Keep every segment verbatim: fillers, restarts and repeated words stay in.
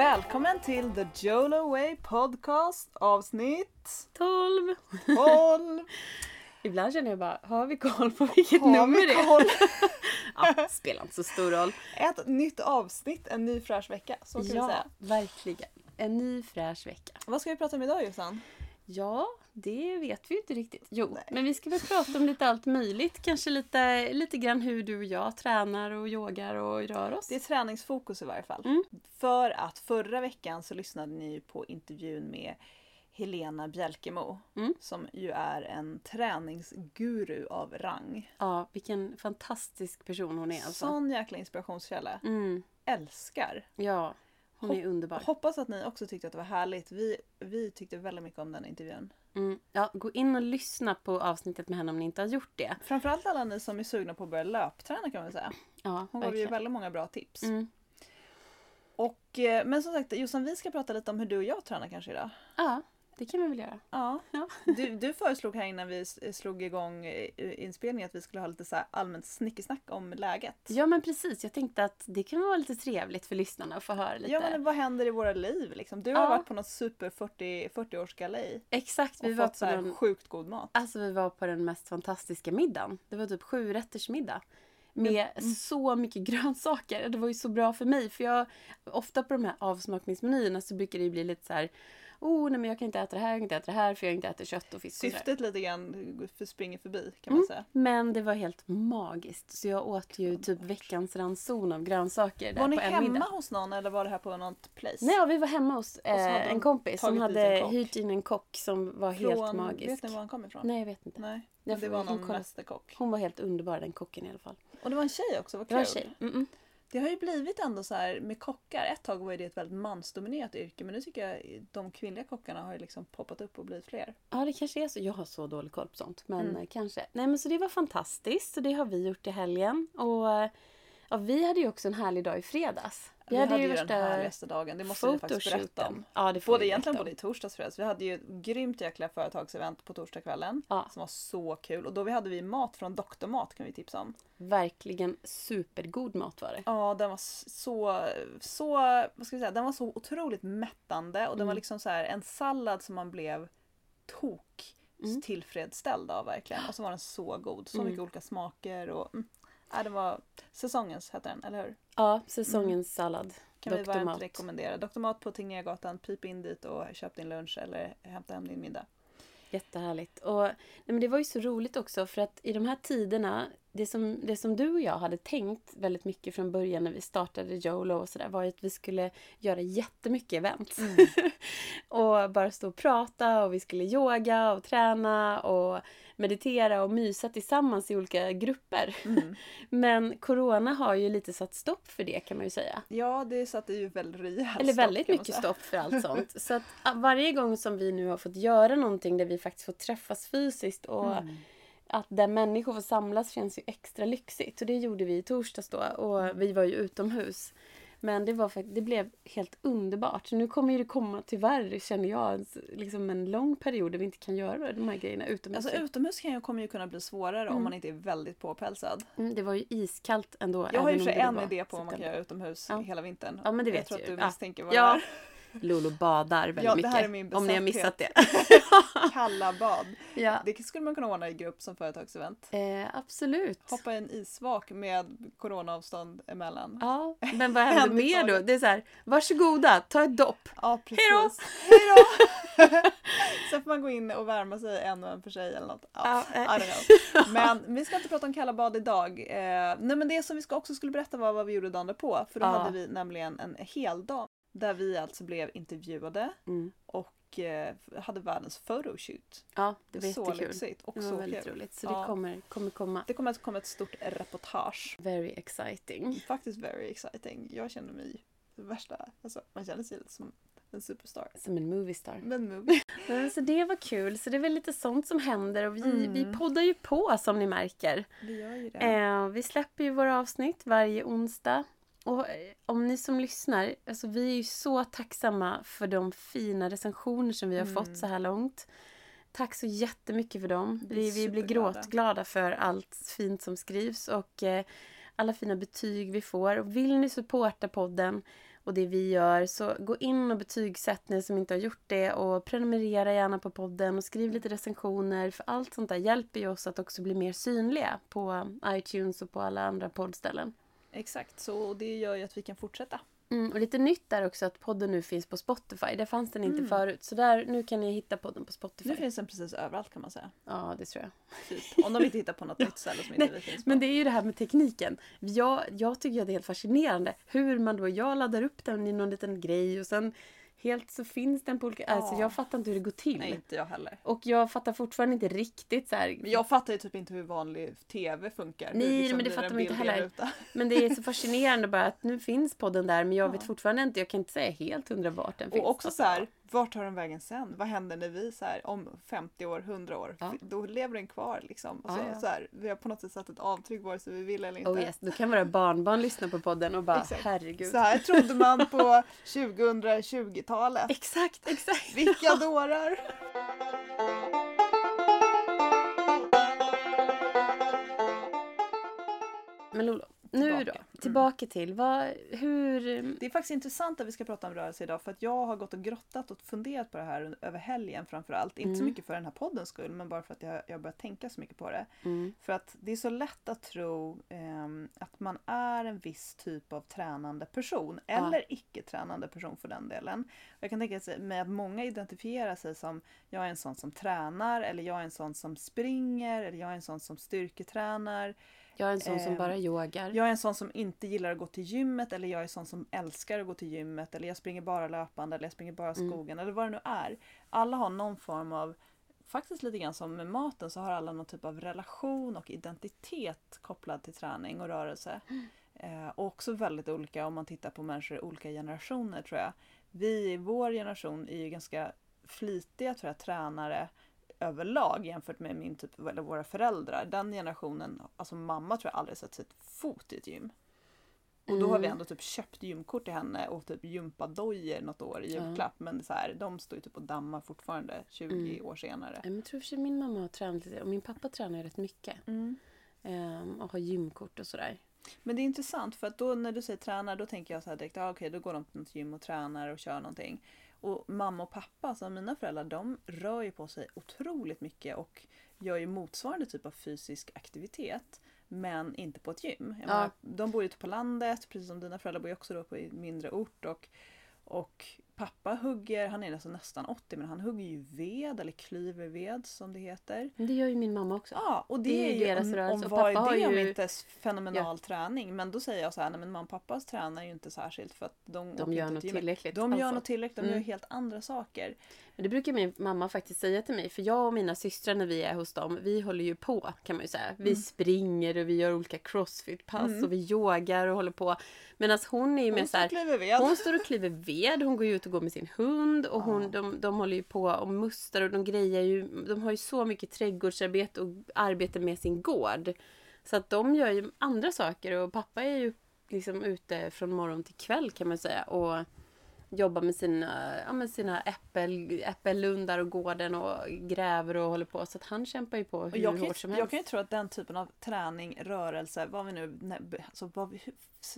Välkommen till The Jolo Way Podcast avsnitt tolv. tolv. Ibland känner jag bara, har vi koll på vilket Har nummer vi det koll? är? Ja, spelar inte så stor roll. Ett nytt avsnitt, en ny fräsch vecka, så kan ja, vi säga. verkligen. En ny fräsch vecka. Vad ska vi prata om idag, Jossan? Ja, det vet vi inte riktigt. Jo, Nej. men vi ska väl prata om lite allt möjligt. Kanske lite, lite grann hur du och jag tränar och yogar och rör oss. Det är träningsfokus i varje fall. Mm. För att förra veckan så lyssnade ni på intervjun med Helena Bjälkemo. Mm. Som ju är en träningsguru av rang. Ja, vilken fantastisk person hon är alltså. Sån jäkla inspirationskälla. Mm. Älskar. Ja, hon Hopp- är underbar. Hoppas att ni också tyckte att det var härligt. Vi, vi tyckte väldigt mycket om den intervjun. Mm. Ja, gå in och lyssna på avsnittet med henne om ni inte har gjort det. Framförallt alla ni som är sugna på att börja löpträna kan man säga. Ja, Hon gav ju verkligen. väldigt många bra tips. Mm. Och, eh, men som sagt, Jossan, vi ska prata lite om hur du och jag tränar kanske idag. Ja, det kan vi väl göra. Ja. Ja. Du, du föreslog här innan vi s- slog igång eh, inspelningen att vi skulle ha lite så här allmänt snickesnack om läget. Ja, men precis. Jag tänkte att det kan vara lite trevligt för lyssnarna att få höra lite. Ja, men vad händer i våra liv liksom? Du har Ja. varit på något super fyrtio-årsgalej Exakt, och vi var fått så på här den, sjukt god mat. alltså vi var på den mest fantastiska middagen. Det var typ sju rätters middag. Med Mm. så mycket grönsaker. Det var ju så bra för mig. För jag, ofta på de här avsmakningsmenyerna så brukar det ju bli lite så här. Oh, nej men jag kan inte äta det här, jag kan inte äta det här för jag inte äter kött och fisk. Och Syftet lite grann för springer förbi kan man Mm. säga. Men det var helt magiskt. Så jag åt ju typ veckans ranson av grönsaker där Var ni på en hemma middag. hos någon eller var det här på något place? Nej, ja, vi var hemma hos så hade eh, de en kompis som tagit dit hade en kock. hyrt in en kock som var helt Från, magisk. vet ni var han kom ifrån? Nej, jag vet inte. Nej. Jag Det får- var jag kan någon kolla. mästerkock. Hon var helt underbar, den kocken i alla fall. Och det var en tjej också, vad Det var kul. en tjej. Mm-mm. Det har ju blivit ändå så här med kockar. Ett tag var det ett väldigt mansdominerat yrke. Men nu tycker jag de kvinnliga kockarna har ju liksom poppat upp och blivit fler. Ja, det kanske är så. Jag har så dålig koll på sånt. Men Mm. eh, kanske. Nej, men så det var fantastiskt. Så det har vi gjort i helgen. Och eh, ja, vi hade ju också en härlig dag i fredags. Vi, hade, ju den härligaste dagen. Det måste vi faktiskt berätta om. fotoshooten. Ja, det får Både vi egentligen berätta både om. i torsdags fredags. Vi hade ju ett grymt jäkla företagsevent på torsdagskvällen. Ja. Som var så kul. Och då vi hade vi mat från Doktormat kan vi tipsa om. Verkligen supergod mat var det. Ja, den var så, så, vad ska vi säga, den var så otroligt mättande. Och den Mm. var liksom så här en sallad som man blev tok Mm. tillfredsställd av verkligen. Och så var den så god. Så Mm. mycket olika smaker och mm. Ja, det var säsongens heter den, eller hur? Ja, säsongens sallad. Kan vi Doktor varmt Mat. rekommendera. Doktormat på Tegnérgatan, pip in dit och köp din lunch eller hämta hem din middag. Jättehärligt. Och nej, men det var ju så roligt också för att i de här tiderna, det som, det som du och jag hade tänkt väldigt mycket från början när vi startade YOLO och sådär var ju att vi skulle göra jättemycket event. Mm. och bara stå och prata och vi skulle yoga och träna och meditera och mysa tillsammans i olika grupper. Mm. Men corona har ju lite satt stopp för det kan man ju säga. Ja, det satte ju väldigt rejält Eller väldigt stopp, kan man mycket säga. stopp för allt sånt. Så att ah, varje gång som vi nu har fått göra någonting där vi faktiskt får träffas fysiskt och Mm. att där människor får samlas känns ju extra lyxigt. Och det gjorde vi i torsdags då. Och vi var ju utomhus. Men det, var fakt- det blev helt underbart. Så nu kommer ju det komma, tyvärr känner jag, liksom en lång period där vi inte kan göra de här grejerna utomhus. Alltså utomhus kan ju, kommer ju kunna bli svårare Mm. om man inte är väldigt påpälsad. mm, det var ju iskallt ändå. Jag har ju även för om det en var idé på vad man kan september. göra utomhus Ja. hela vintern. Ja, men det Jag vet tror jag att ju. du Ja. misstänker vad Ja. det Lolo badar väldigt Ja, det mycket. här är min om ni har besatthet. missat det. är. Kalla bad. ja. Det skulle man kunna ordna i grupp som företagsevent. Eh, absolut. Hoppa i en isvak med coronaavstånd emellan. Ja, men vad händer Händer mer kvar. då? Det är så här, varsågoda, ta ett dopp. Ja, precis. Hejdå! Hejdå! Sen får man gå in och värma sig en och en för sig eller något. Ja, Ja, I eh. don't know. Men vi ska inte prata om kalla bad idag. Eh, nej, men det som vi ska också skulle berätta var vad vi gjorde dagen därpå. För då Ja. hade vi nämligen en hel dag där vi alltså blev intervjuade Mm. och eh, hade världens photoshoot. Ja, det var Så jättekul. lyxigt och Det var så väldigt kul. roligt. Så Ja. det kommer, kommer komma. Det kommer att komma ett stort reportage. Very exciting. Faktiskt very exciting. Jag känner mig det värsta. Alltså, man känner sig lite som en superstar. Som en movie star. Men movie. Men så det var kul. Så det är väl lite sånt som händer. Och vi, Mm. vi poddar ju på som ni märker. Vi gör ju det. Eh, vi släpper ju våra avsnitt varje onsdag. Och eh, om ni som lyssnar, alltså vi är ju så tacksamma för de fina recensioner som vi har Mm. fått så här långt. Tack så jättemycket för dem. Vi är Vi, vi blir superglada. gråtglada för allt fint som skrivs och eh, alla fina betyg vi får. Och vill ni supporta podden och det vi gör. Så gå in och betygsätt ni som inte har gjort det. Och prenumerera gärna på podden och skriv lite recensioner. För allt sånt där hjälper ju oss att också bli mer synliga på iTunes och på alla andra poddställen. Exakt, så det gör ju att vi kan fortsätta. Mm, och lite nytt där också att podden nu finns på Spotify. Där fanns den inte Mm. förut. Så där, nu kan ni hitta podden på Spotify. Nu finns den precis överallt kan man säga. Ja, det tror jag. Typ. Om de inte hittar på något nytt ställe som inte Nej, vi finns på. Men det är ju det här med tekniken. Jag, jag tycker att det är helt fascinerande. Hur man då, jag laddar upp den i någon liten grej och sen helt så finns den på olika... Ja. Alltså jag fattar inte hur det går till. Nej, inte jag heller. Och jag fattar fortfarande inte riktigt så här. Men jag fattar ju typ inte hur vanlig tv funkar. Nej, hur liksom men det blir fattar en man inte bild i en heller. ruta. Men det är så fascinerande bara att nu finns podden där. Men jag Ja. vet fortfarande inte, jag kan inte säga helt hundra vart den finns. Och också så här, vart tar den vägen sen? Vad händer när vi så här, om femtio år, hundra år? Ja. Då lever den kvar liksom. Och så, Ja, ja. Så här, vi har på något sätt satt ett avtryck vare sig vi vill eller inte. Oh yes, då kan våra barnbarn lyssna på podden och bara, Exakt. herregud. Så här trodde man på tjugohundratjugotalet. Exakt, exakt. Vilka dårar! Men Lolo, nu Tillbaka. då. Mm. Tillbaka till, vad, hur... Det är faktiskt intressant att vi ska prata om rörelse idag för att jag har gått och grottat och funderat på det här över helgen framförallt. Inte så Mm. mycket för den här poddens skull men bara för att jag, jag har börjat tänka så mycket på det. Mm. För att det är så lätt att tro ehm, att man är en viss typ av tränande person. Eller icke-tränande person för den delen. Och jag kan tänka mig att många identifierar sig som jag är en sån som tränar. Eller jag är en sån som springer. Eller jag är en sån som styrketränar. Jag är en sån som Ehm, bara yogar. Jag är en sån som inte gillar att gå till gymmet. Eller jag är en sån som älskar att gå till gymmet. Eller jag springer bara löpande. Eller jag springer bara Mm. skogen. Eller vad det nu är. Alla har någon form av... Faktiskt lite grann som med maten så har alla någon typ av relation och identitet kopplad till träning och rörelse. Mm. Eh, och också väldigt olika om man tittar på människor i olika generationer tror jag. Vi i vår generation är ju ganska flitiga tror jag, tränare överlag jämfört med min typ, eller våra föräldrar. Den generationen, alltså mamma tror jag aldrig sett sitt fot i ett gym. Och då har vi Mm. ändå typ köpt gymkort till henne och typ gympadojor något år i Ja. julklapp. Men så här, de står ju typ och dammar fortfarande tjugo Mm. år senare. Ja, men jag tror för sig min mamma har tränat lite. Och min pappa tränar ju rätt mycket. Mm. Ehm, och har gymkort och sådär. Men det är intressant för att då när du säger tränar då tänker jag så här direkt, ja, okej då går de till något gym och tränar och kör någonting. Och mamma och pappa, alltså mina föräldrar, de rör ju på sig otroligt mycket och gör ju motsvarande typ av fysisk aktivitet. Men inte på ett gym. Jag Ja. menar, de bor ju ute på landet, precis som dina föräldrar bor ju också då på en mindre ort. Och, och pappa hugger, han är alltså nästan åttio, men han hugger ju ved eller klyver ved som det heter. Men det gör ju min mamma också. Ja, och det, Det är är ju deras om, rörelse. om Och vad pappa är det har om ju- inte fenomenal träning. Men då säger jag så här, nej men mamma och pappas tränar ju inte särskilt för att de, De åker gör inte något till gymmet. tillräckligt. De gör alltså. något tillräckligt, de Mm. gör helt andra saker. Men det brukar min mamma faktiskt säga till mig. För jag och mina systrar när vi är hos dem, vi håller ju på kan man ju säga. Vi Mm. springer och vi gör olika crossfit-pass Mm. och vi yogar och håller på. Medan hon är ju mer Hon så här, kliver ved. hon står och kliver ved, hon går ju ut och går med sin hund och hon, Ja. de, de håller ju på och mustar och de grejer ju, de har ju så mycket trädgårdsarbete och arbete med sin gård. Så att de gör ju andra saker och pappa är ju liksom ute från morgon till kväll kan man säga och jobbar med sina, ja, med sina äppel, äppellundar och gården och gräver och håller på. Så att han kämpar ju på Och hur jag, kan hårt som ju, helst. jag kan ju tro att den typen av träning, rörelse, vad vi nu, nej, alltså vad vi,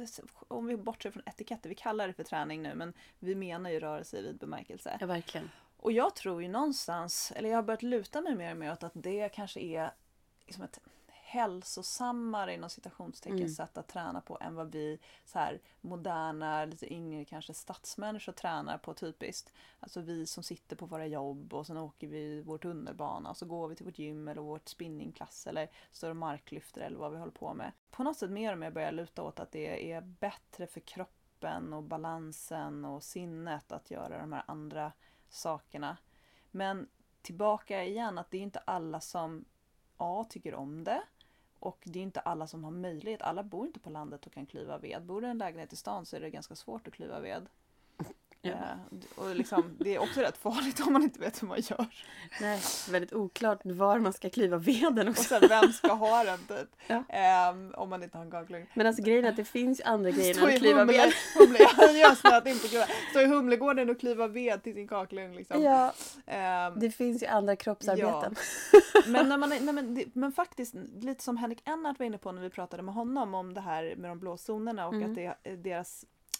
om vi bortser från etiketter, vi kallar det för träning nu, men vi menar ju rörelse i vid bemärkelse. Ja, verkligen. Och jag tror ju någonstans, eller jag har börjat luta mig mer och mer åt att det kanske är liksom ett hälsosammare inom citationstecken Mm. sätt att träna på än vad vi så här moderna, lite yngre kanske stadsmänniskor tränar på typiskt. Alltså vi som sitter på våra jobb och sen åker vi vår tunnelbana och så går vi till vårt gym eller vårt spinningklass eller större marklyfter eller vad vi håller på med. På något sätt mer och mer börjar jag luta åt att det är bättre för kroppen och balansen och sinnet att göra de här andra sakerna. Men tillbaka igen att det är inte alla som A tycker om det och det är inte alla som har möjlighet. Alla bor inte på landet och kan klyva ved. Bor du i en lägenhet i stan så är det ganska svårt att klyva ved. Ja. Eh, och liksom, det är också rätt farligt om man inte vet hur man gör. Nej, väldigt oklart var man ska klyva veden Och också. sen vem ska ha den typ. Ja. Eh, om man inte har en gaglugn. Men alltså grejen är att det finns ju andra grejer Stå än i att klyva humle, ved. humle, jag gör snöat in på klyva. Stå i Humlegården och klyva ved till sin kakelugn liksom. Ja, Eh, det finns ju andra kroppsarbeten. Men, när man, nej, men, det- men faktiskt, lite som Henrik Ennart var inne på när vi pratade med honom om det här med de blå zonerna och Mm. att det, deras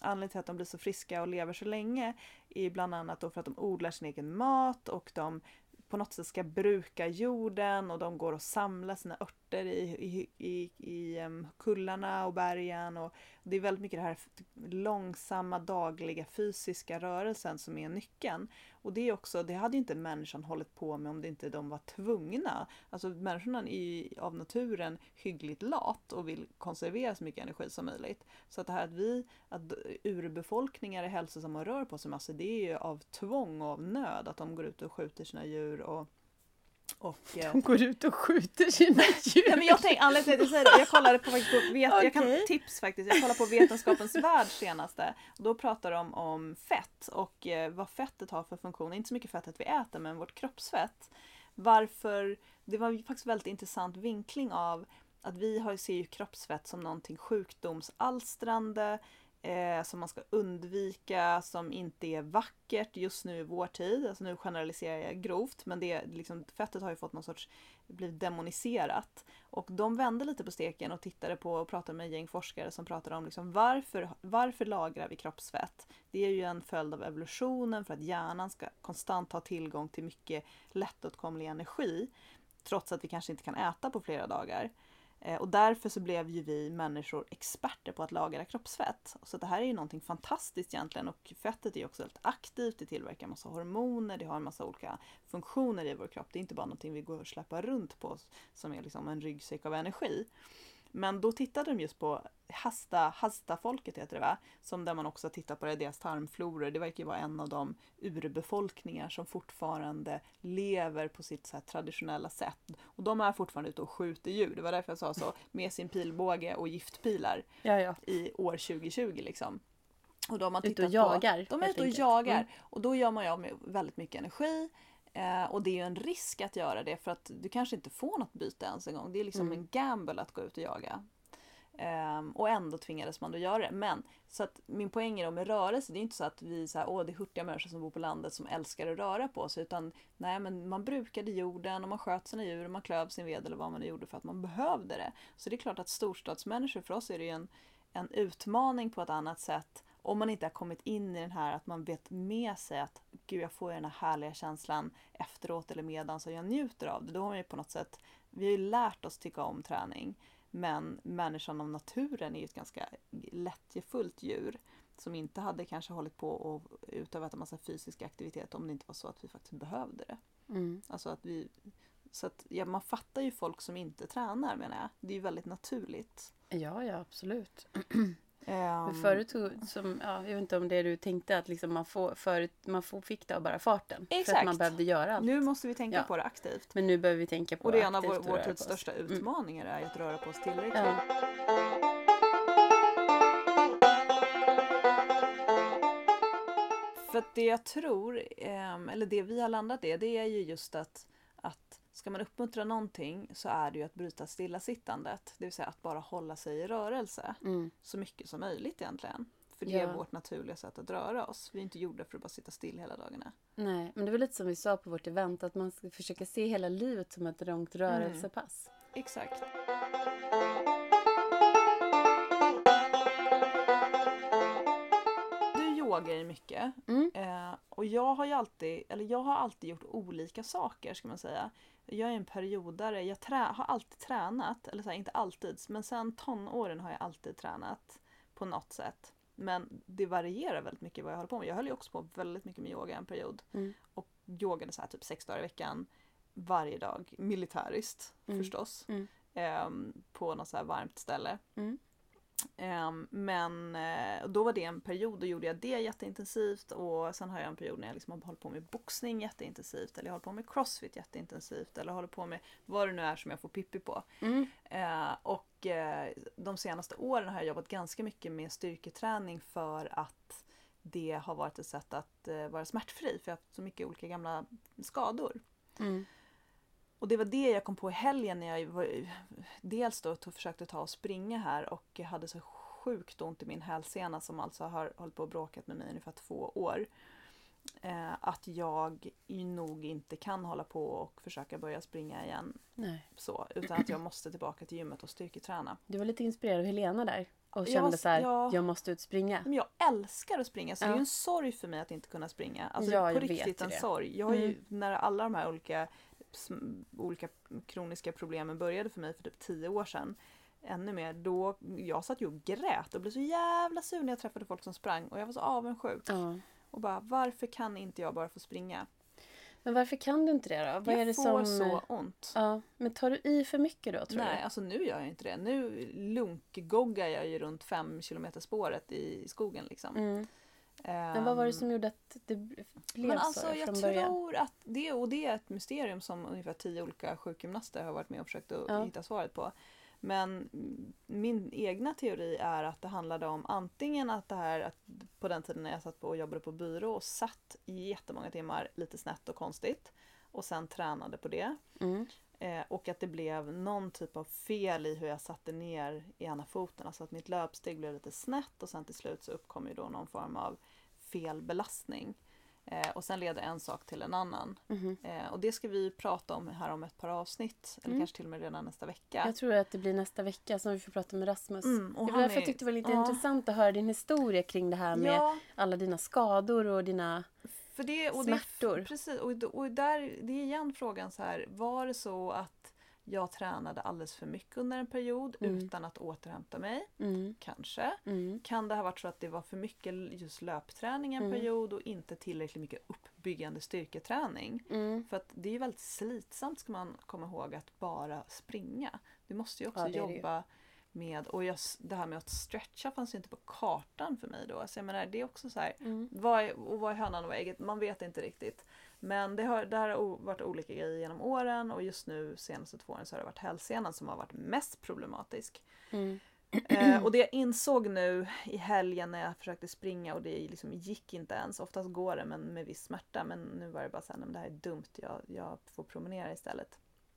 anledningen till att de blir så friska och lever så länge är bland annat då för att de odlar sin egen mat och de på något sätt ska bruka jorden och de går och samlar sina örter i, i, i, i um, kullarna och bergen. Och det är väldigt mycket det här långsamma dagliga fysiska rörelsen som är nyckeln. Och det är också, det hade ju inte människan hållit på med om det inte de var tvungna. Alltså människan är av naturen hyggligt lat och vill konservera så mycket energi som möjligt. Så att det här att vi, att urbefolkningar är hälsosamma och rör på sig massor, det är ju av tvång och av nöd att de går ut och skjuter sina djur och Och, de går ut och skjuter sina djur. Ja, men jag tänkte, anledningen till att jag säger det, jag kollade på, på vet, okay. jag kan tips faktiskt, jag kollade på Vetenskapens värld senaste. Och då pratar de om fett och eh, vad fettet har för funktion. Inte så mycket fettet vi äter, men vårt kroppsfett. Varför, det var faktiskt väldigt intressant vinkling av att vi har, ser ju kroppsfett som någonting sjukdomsalstrande, Eh, som man ska undvika, som inte är vackert just nu i vår tid. Alltså nu generaliserar jag grovt, men det, liksom, fettet har ju fått någon sorts, blivit demoniserat. Och de vände lite på steken och tittade på och pratade med en gäng forskare som pratade om liksom, varför, varför lagrar vi kroppsfett? Det är ju en följd av evolutionen för att hjärnan ska konstant ha tillgång till mycket lättåtkomlig energi, trots att vi kanske inte kan äta på flera dagar. Och därför så blev ju vi människor experter på att lagra kroppsfett. Så det här är ju någonting fantastiskt egentligen, och fettet är ju också väldigt aktivt, det tillverkar en massa hormoner, det har en massa olika funktioner i vår kropp. Det är inte bara någonting vi går och släpper runt på som är liksom en ryggsäck av energi. Men då tittade de just på Hasta, Hasta-folket heter det va? Som där man också tittar på det, deras tarmfloror. Det verkar ju vara en av de urbefolkningar som fortfarande lever på sitt så här traditionella sätt. Och de är fortfarande ute och skjuter djur. Det var därför jag sa så, med sin pilbåge och giftpilar ja, ja. i år tjugo tjugo liksom. Och de har tittat ute och jagar. På, de är ute och enkelt. jagar. Mm. Och då gör man ju av med väldigt mycket energi. Eh, och det är ju en risk att göra det för att du kanske inte får något byte ens en gång. Det är liksom mm. en gamble att gå ut och jaga. Eh, och ändå tvingades man då göra det. Men så att min poäng är då med rörelse, det är inte så att vi så här, åh det är hurtiga människor som bor på landet som älskar att röra på sig. Utan nej, men man brukade jorden och man sköt sina djur och man klöv sin ved eller vad man gjorde för att man behövde det. Så det är klart att storstadsmänniskor, för oss är det ju en, en utmaning på ett annat sätt. Om man inte har kommit in i den här att man vet med sig att gud, jag får den här härliga känslan efteråt eller medan så jag njuter av det. Då har man ju på något sätt, vi har ju lärt oss tycka om träning. Men människan av naturen är ju ett ganska lättjefullt djur som inte hade kanske hållit på och utövat en massa fysisk aktivitet om det inte var så att vi faktiskt behövde det. Mm. Alltså att vi, så att ja, man fattar ju folk som inte tränar menar jag. Det är ju väldigt naturligt. Ja, ja absolut. Um, Men förut, som, ja, jag vet inte om det du tänkte att liksom man, får, förut, man får, fick det av bara farten. Exakt. För att man behövde göra allt. Nu måste vi tänka ja. på det aktivt. Men nu behöver vi tänka på och det är aktivt. Och det är en av vår, vår tids oss. största utmaningar mm. är att röra på oss tillräckligt. Ja. För att det jag tror, eller det vi har landat i, det är ju just att, att ska man uppmuntra någonting så är det ju att bryta stillasittandet. Det vill säga att bara hålla sig i rörelse. Mm. Så mycket som möjligt egentligen. För det ja. är vårt naturliga sätt att röra oss. Vi är inte gjorda för att bara sitta still hela dagarna. Nej, men det var lite som vi sa på vårt event. Att man ska försöka se hela livet som ett långt rörelsepass. Mm. Exakt. Du yogar ju mycket. Mm. Eh, och jag har ju alltid, eller jag har alltid gjort olika saker ska man säga. Jag är en periodare, jag trä, har alltid tränat, eller så här, inte alltid, men sen tonåren har jag alltid tränat på något sätt. Men det varierar väldigt mycket vad jag håller på med. Jag höll ju också på väldigt mycket med yoga en period. Mm. Och yogade så här typ sex dagar i veckan varje dag, militäriskt mm. förstås. Mm. Eh, på något så här varmt ställe. Mm. Um, men uh, då var det en period, då gjorde jag det jätteintensivt och sen har jag en period när jag liksom har hållit på med boxning jätteintensivt eller jag håller på med crossfit jätteintensivt eller håller på med vad det nu är som jag får pippi på. Mm. Uh, och uh, de senaste åren har jag jobbat ganska mycket med styrketräning för att det har varit ett sätt att uh, vara smärtfri för jag har haft så mycket olika gamla skador. Mm. Och det var det jag kom på i helgen när jag var, dels då försökte ta och springa här och jag hade så sjukt ont i min hälsena som alltså har hållit på och bråkat med mig i ungefär två år. Eh, att jag nog inte kan hålla på och försöka börja springa igen. Nej. Så, utan att jag måste tillbaka till gymmet och styrketräna. Du var lite inspirerad av Helena där. och Jag kände var- så här, ja. jag måste ut springa. Men jag älskar att springa så Ja. det är ju en sorg för mig att inte kunna springa. Alltså Ja, på jag riktigt vet ju en det. sorg. Jag har ju, Mm. när alla de här olika, sm- olika kroniska problemen började för mig för typ tio år sedan, ännu mer, då jag satt ju och grät och blev så jävla sur när jag träffade folk som sprang och jag var så avundsjuk. Ja. Och bara, varför kan inte jag bara få springa? Men varför kan du inte det då? Vad jag är det får som... så ont. Ja, men tar du i för mycket då, tror Nej, du? alltså nu gör jag inte det. Nu lunkgoggar jag ju runt fem kilometer spåret i skogen liksom. Mm. Men vad var det som gjorde att det blev Men så alltså jag från början? tror att det, och det är ett mysterium som ungefär tio olika sjukgymnaster har varit med och försökt att Ja. hitta svaret på. Men min egna teori är att det handlade om antingen att det här, att på den tiden när jag satt på och jobbade på byrå och satt i jättemånga timmar lite snett och konstigt och sen tränade på det. Mm. Eh, och att det blev någon typ av fel i hur jag satte ner i ena foten. Alltså att mitt löpsteg blev lite snett och sen till slut så uppkom ju då någon form av felbelastning. Eh, och sen leder en sak till en annan. Mhm. Eh, och det ska vi prata om här om ett par avsnitt. Eller Mm. kanske till och med redan nästa vecka. Jag tror att det blir nästa vecka som vi får prata med Rasmus. Mm, och Det var han därför är- jag tyckte det var lite ja. intressant att höra din historia kring det här med Ja, alla dina skador och dina... för det, och smärtor. Det, precis, och, och där, det är igen frågan så här. Var det så att jag tränade alldeles för mycket under en period Mm. utan att återhämta mig? Mm. Kanske. Mm. Kan det ha varit så att det var för mycket just löpträning en Mm. period och inte tillräckligt mycket uppbyggande styrketräning? Mm. För att det är ju väldigt slitsamt, ska man komma ihåg, att bara springa. Du måste ju också Ja, det är det ju. jobba med, och just det här med att stretcha fanns ju inte på kartan för mig då. Alltså jag menar, det är också så här, Mm. vad är, och vad är hönan och vad är ägget? Man vet inte riktigt. Men det har, det här har o- varit olika grejer genom åren och just nu senaste två åren så har det varit hälsenan som har varit mest problematisk. Mm. Eh, och det jag insåg nu i helgen när jag försökte springa och det liksom gick inte ens. Oftast går det men med viss smärta. Men nu var det bara så här, nej, men det här är dumt. Jag, jag får promenera istället.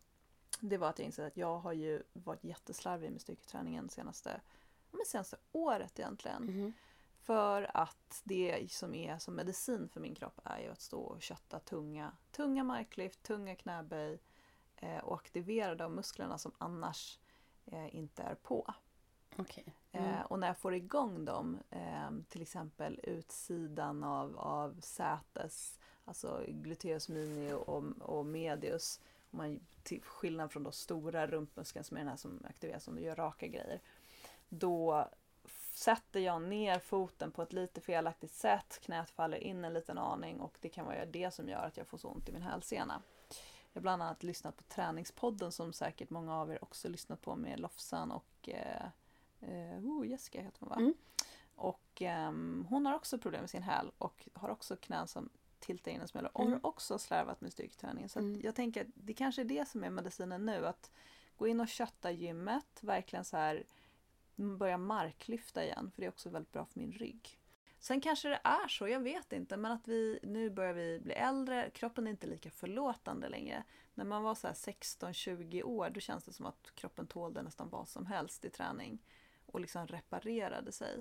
Det var att jag insåg att jag har ju varit jätteslarvig med styrketräningen senaste, ja, men senaste året egentligen. Mhm. För att det som är som medicin för min kropp är ju att stå och kötta tunga, tunga marklyft, tunga knäböj eh, och aktivera de musklerna som annars eh, inte är på. Okej. Mm. Eh, och när jag får igång dem, eh, till exempel utsidan av, av sätes, alltså gluteus mini och, och medius, om man, till skillnad från då stora rumpmuskeln som är den här som aktiveras om du gör raka grejer, då sätter jag ner foten på ett lite felaktigt sätt, knät faller in en liten aning och det kan vara det som gör att jag får så ont i min hälsena. Jag har bland annat lyssnat på träningspodden som säkert många av er också lyssnat på med Lofsan och eh, eh, oh, Jessica heter hon va? Mm. Och eh, hon har också problem med sin häl och har också knän som tiltar in en smäll och Mm. har också slarvat med styrketräningen. Så att Mm. jag tänker att det kanske är det som är medicinen nu, att gå in och kötta gymmet, verkligen så här börja marklyfta igen, för det är också väldigt bra för min rygg. Sen kanske det är så, jag vet inte, men att vi nu börjar vi bli äldre, kroppen är inte lika förlåtande längre. När man var så här sexton tjugo år, då känns det som att kroppen tålde nästan vad som helst i träning och liksom reparerade sig.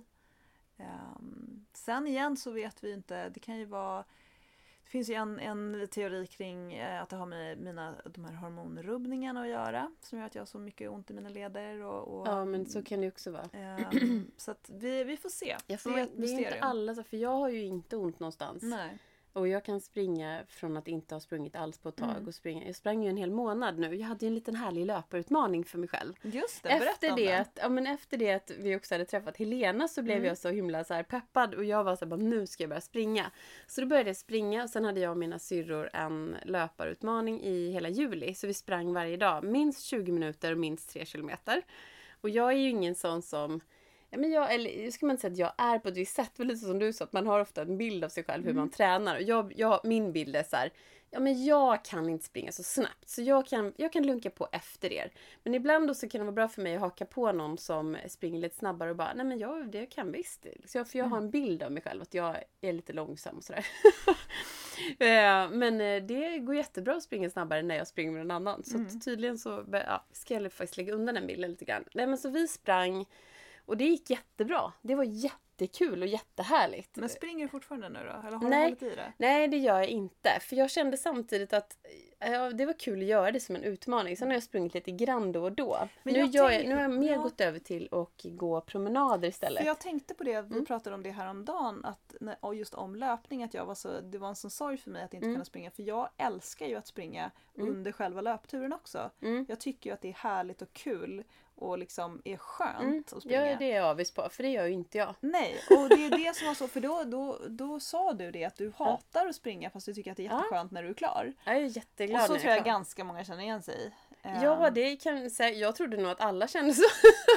Um, sen igen så vet vi inte, det kan ju vara, det finns ju en, en teori kring eh, att det har med mina, de här hormonrubbningarna att göra, som gör att jag har så mycket ont i mina leder. Och, och, Ja, men så kan det också vara. ehm, så att vi, vi får se. Jag får, det är ett det är inte mysterium. alla, så- för jag har ju inte ont någonstans. Nej. Och jag kan springa från att inte ha sprungit alls på ett tag. Mm. Och springa. Jag sprang ju en hel månad nu. Jag hade ju en liten härlig löparutmaning för mig själv. Just det, berätta Efter om det, den. att, ja, men efter det att vi också hade träffat Helena så blev Mm. jag så himla så här peppad. Och jag var så här, bara, nu ska jag börja springa. Så då började jag springa och sen hade jag och mina syrror en löparutmaning i hela juli. Så vi sprang varje dag, minst tjugo minuter och minst tre kilometer. Och jag är ju ingen sån som... Ja, men jag, eller ska man inte säga att jag är på ett visst sätt, väl lite som du sa, att man har ofta en bild av sig själv hur Mm. man tränar. Och jag, jag, min bild är så här, ja men jag kan inte springa så snabbt, så jag kan, jag kan lunka på efter er. Men ibland då så kan det vara bra för mig att haka på någon som springer lite snabbare och bara, nej men jag, det kan visst. Så jag, för jag har en bild av mig själv, att jag är lite långsam och sådär. Eh, men eh, det går jättebra att springa snabbare när jag springer med någon annan. Så Mm. att tydligen så ja, ska jag faktiskt lägga undan den bilden lite grann. Nej men så vi sprang. Och det gick jättebra. Det var jättekul och jättehärligt. Men springer du fortfarande nu då? Eller har Nej. du hållit i det? Nej, det gör jag inte. För jag kände samtidigt att ja, det var kul att göra det som en utmaning. Sen har jag sprungit lite grann då och då. Men nu, jag gör tänk- jag, nu har jag mer ja. gått över till att gå promenader istället. För jag tänkte på det, vi Mm. pratade om det här om dagen att, när- och just om löpning, att jag var så, det var en sån sorg för mig att inte Mm. kunna springa. För jag älskar ju att springa Mm. under själva löpturen också. Mm. Jag tycker ju att det är härligt och kul och liksom är skönt Mm. att springa. Ja, det är jag avis på, för det gör ju inte jag. Nej, och det är det som var så, för då, då, då sa du det att du hatar att springa fast du tycker att det är Ja. jätteskönt när du är klar. Jag är jätteglad Och så när tror jag är klar. ganska många känner igen sig. Ja, Ehm, det kan säga. Jag trodde nog att alla kände så.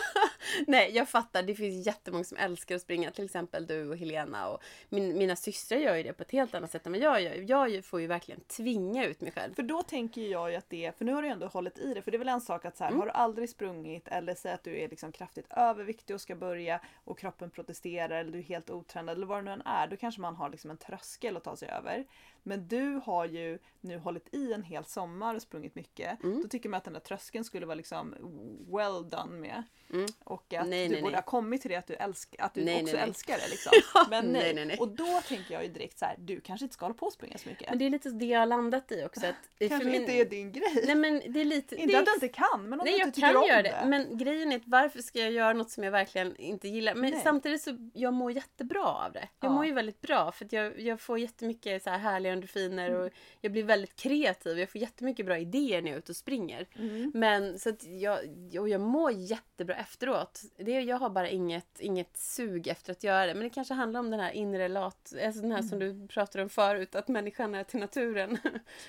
Nej, jag fattar. Det finns jättemånga som älskar att springa. Till exempel du och Helena. Och min, mina systrar gör ju det på ett helt annat sätt än vad jag gör. Jag får ju verkligen tvinga ut mig själv. För då tänker jag ju att det är, för nu har du ändå hållit i det, för det är väl en sak att så här, Mm. har du aldrig sprungit eller säg att du är liksom kraftigt överviktig och ska börja och kroppen protesterar eller du är helt otränad eller vad det nu än är, då kanske man har liksom en tröskel att ta sig över. Men du har ju nu hållit i en hel sommar och sprungit mycket. Mm. Då tycker man att den där tröskeln skulle vara liksom well done med. Mm. Och att Nej, du nej, borde nej. ha kommit till det att du, älsk, att du Nej, också nej, nej. älskar det. Liksom. Ja, Men nej. nej, nej, nej. Och då tänker jag ju direkt så här, du kanske inte ska hålla på och springa så mycket. Men det är lite det jag har landat i också. Att för Kanske min- inte är din grej. Nej, men det är lite... Inte det är att du inte kan, men om Nej, du jag inte tycker kan om göra det. det. Men grejen är att varför ska jag göra något som jag verkligen inte gillar? Men Nej. samtidigt så jag mår jättebra av det. Jag Ja. mår ju väldigt bra för att jag, jag får jättemycket så här härliga endorfiner Mm. och jag blir väldigt kreativ. Jag får jättemycket bra idéer när jag är ute och springer. Mm. Men så att jag, och jag mår jättebra efteråt. Det, jag har bara inget, inget sug efter att göra det. Men det kanske handlar om den här inre lat, alltså den här som Mm. du pratade om förut, att människan är till naturen.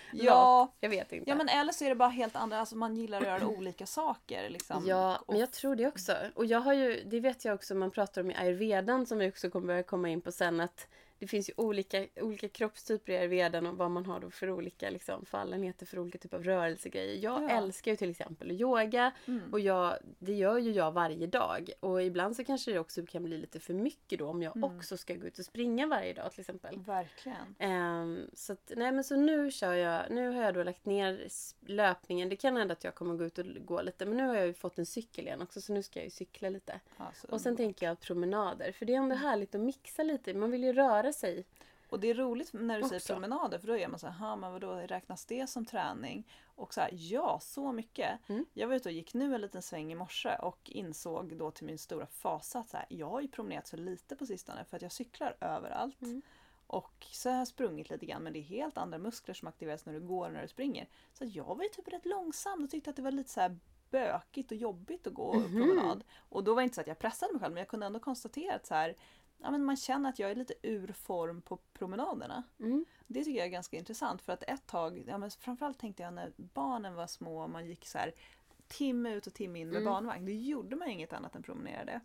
Ja. Lat, jag vet inte. Ja, men eller så är det bara helt andra, alltså man gillar att göra olika saker liksom. Ja, Och- men jag tror det också. Och jag har ju, det vet jag också, man pratar om i ayurvedan som vi också kommer komma in på sen, att det finns ju olika, olika kroppstyper i ayurvedan och vad man har då för olika liksom, fallenheter för olika typer av rörelsegrejer. Jag Ja. älskar ju till exempel yoga Mm. och jag, det gör ju jag varje dag. Och ibland så kanske det också kan bli lite för mycket då om jag Mm. också ska gå ut och springa varje dag till exempel. Verkligen. Ehm, så att, nej men så nu kör jag, nu har jag då lagt ner s- löpningen. Det kan hända att jag kommer gå ut och gå lite, men nu har jag ju fått en cykel igen också, så nu ska jag ju cykla lite. Alltså, Och sen tänker jag promenader, för det är ändå härligt att mixa lite. Man vill ju röra sig. och det är roligt när du säger Också. promenader, för då är man så här, "Ha, men vadå, räknas det som träning?" Och så här, ja, så mycket. Mm. Jag var ute och gick nu en liten sväng i morse och insåg då till min stora fasa att så här, jag har ju promenerat så lite på sistone för att jag cyklar överallt. Mm. Och så har jag sprungit lite grann, men det är helt andra muskler som aktiveras när du går och när du springer. Så att jag var ju typ rätt långsam och tyckte att det var lite så här bökigt och jobbigt att gå Mhm. promenad. Och då var det inte så att jag pressade mig själv, men jag kunde ändå konstatera att så här, ja, men man känner att jag är lite ur form på promenaderna. Mm. Det tycker jag är ganska intressant, för att ett tag, ja, men framförallt tänkte jag när barnen var små och man gick så här timme ut och timme in med Mm. barnvagn, då gjorde man inget annat än promenerade.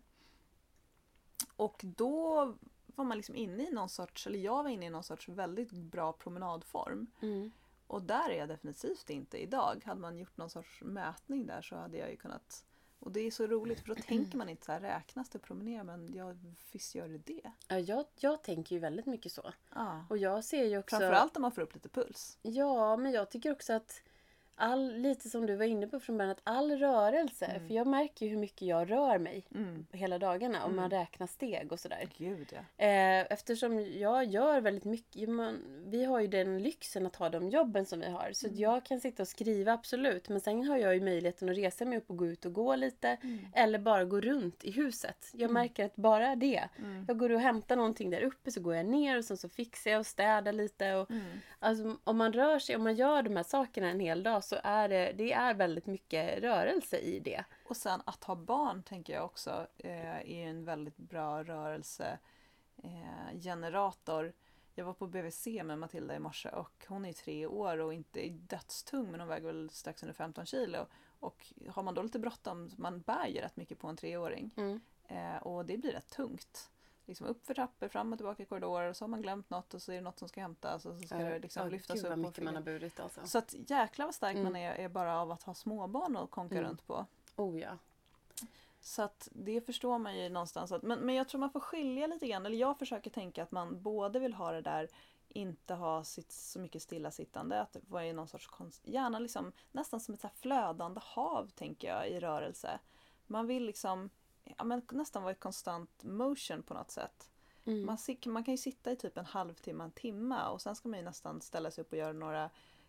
Och då var man liksom inne i någon sorts, eller jag var inne i någon sorts väldigt bra promenadform. Mm. Och där är jag definitivt inte idag. Hade man gjort någon sorts mätning där så hade jag ju kunnat. Och det är så roligt, för då tänker man inte så här, räknas det att promenera? Men jag, visst gör det det. Ja, jag, jag tänker ju väldigt mycket så. Ja. Och jag ser ju också... Framförallt om man får upp lite puls. Ja, men jag tycker också att all, lite som du var inne på från början, att all rörelse, Mm. för jag märker ju hur mycket jag rör mig Mm. hela dagarna, om Mm. man räknar steg och sådär. Gud ja. Eh, eftersom jag gör väldigt mycket, man, vi har ju den lyxen att ha de jobben som vi har, så att Mm. jag kan sitta och skriva absolut, men sen har jag ju möjligheten att resa mig upp och gå ut och gå lite, Mm. eller bara gå runt i huset. Jag Mm. märker att bara det, Mm. jag går och hämtar någonting där uppe, så går jag ner och sen så fixar jag och städar lite. Och, Mm. alltså, om man rör sig, om man gör de här sakerna en hel dag, så är det, det är väldigt mycket rörelse i det. Och sen att ha barn tänker jag också eh, är en väldigt bra rörelse eh, generator. Jag var på B V C med Matilda i morse och hon är tre år och inte dödstung, men hon väger väl strax under femton kilo. Och har man då lite bråttom, man bär ju rätt mycket på en treåring. Mm. Eh, och det blir rätt tungt. Liksom upp för trappor, fram och tillbaka i korridorer, och så har man glömt något och så är det något som ska hämtas och så ska det liksom Ja, lyftas gud upp. vad och mycket man har flyga. burit alltså. Så att jäklar vad stark Mm. man är, är bara av att ha småbarn och konka Mm. runt på. Oh ja. Så att det förstår man ju någonstans. Att, men, men jag tror man får skilja lite grann. Eller jag försöker tänka att man både vill ha det där, inte ha sitt, så mycket stillasittande. Att vara i någon sorts konst, gärna liksom, nästan som ett så här flödande hav tänker jag i rörelse. Man vill liksom ja, men nästan vara i konstant motion på något sätt. Mm. Man, man kan ju sitta i typ en halvtimme, en timme och sen ska man ju nästan ställa sig upp och göra några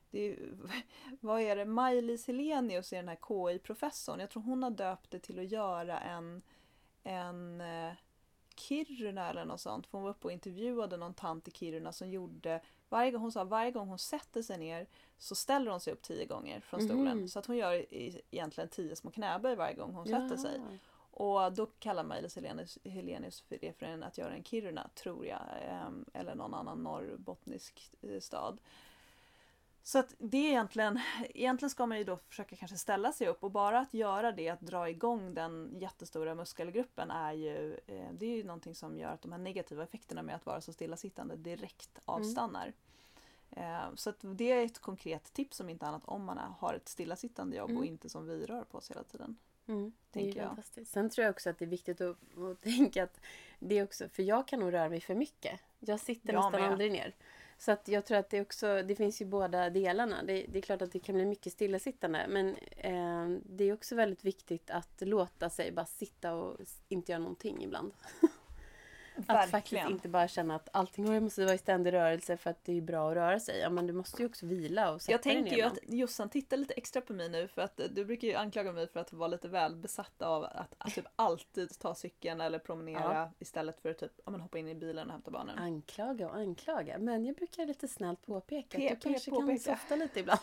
det är, vad är det? Maj-Lis Helenius är den här K I-professorn. Jag tror hon har döpt det till att göra en, en eh, Kiruna eller något sånt. För hon var uppe och intervjuade någon tant i Kiruna som gjorde, varje gång hon sa varje gång hon sätter sig ner så ställer hon sig upp tio gånger från stolen. Mm. Så att hon gör i, egentligen tio små knäböj varje gång hon sätter ja. sig. Och då kallar Maj-Lis Helenius, Helenius för det för en att göra en Kiruna, tror jag. Eller någon annan norrbottnisk stad. Så att det är egentligen, egentligen ska man ju då försöka kanske ställa sig upp och bara att göra det, att dra igång den jättestora muskelgruppen är ju, det är ju någonting som gör att de här negativa effekterna med att vara så stillasittande direkt avstannar. Mm. Så att det är ett konkret tips om inte annat om man har ett stillasittande jobb mm. och inte som vi rör på oss hela tiden. Mm, det är jag. Fantastiskt. Sen tror jag också att det är viktigt att, att tänka att det är också, för jag kan nog röra mig för mycket. Jag sitter jag nästan med. aldrig ner. Så att jag tror att det också, det finns ju båda delarna. Det, det är klart att det kan bli mycket stillasittande. Men eh, det är också väldigt viktigt att låta sig bara sitta och inte göra någonting ibland. Att faktiskt inte bara känna att allting måste vara i ständig rörelse för att det är bra att röra sig. Ja, men du måste ju också vila och sätta Jag tänker dig ju att Jossan tittar lite extra på mig nu för att du brukar ju anklaga mig för att vara lite väl besatt av att, att typ alltid ta cykeln eller promenera ja. istället för att typ, ja, men hoppa in i bilen och hämta barnen. Anklaga och anklaga. Men jag brukar lite snällt påpeka P- att du kanske påpeka. kan softa lite ibland.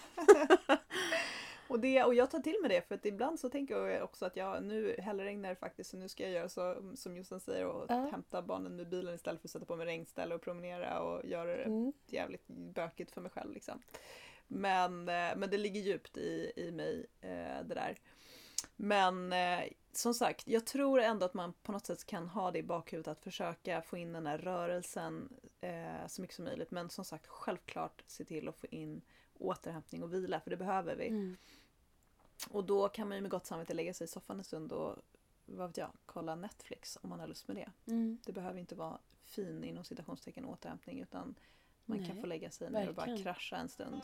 Och, det, och jag tar till mig det för att ibland så tänker jag också att jag nu heller regnar faktiskt så nu ska jag göra så som Jossan säger och ja. hämta barnen med bilen istället för att sätta på mig regnställ och promenera och göra det mm. jävligt bökigt för mig själv liksom. Men, men det ligger djupt i, i mig det där. Men som sagt, jag tror ändå att man på något sätt kan ha det i bakhuvudet att försöka få in den här rörelsen så mycket som möjligt. Men som sagt, självklart se till att få in återhämtning och vila, för det behöver vi. Mm. Och då kan man ju med gott samvete lägga sig i soffan en stund och vad vet jag, kolla Netflix om man har lust med det. Mm. Det behöver inte vara fin inom citationstecken återhämtning utan man Nej, kan få lägga sig ner och bara krascha en stund.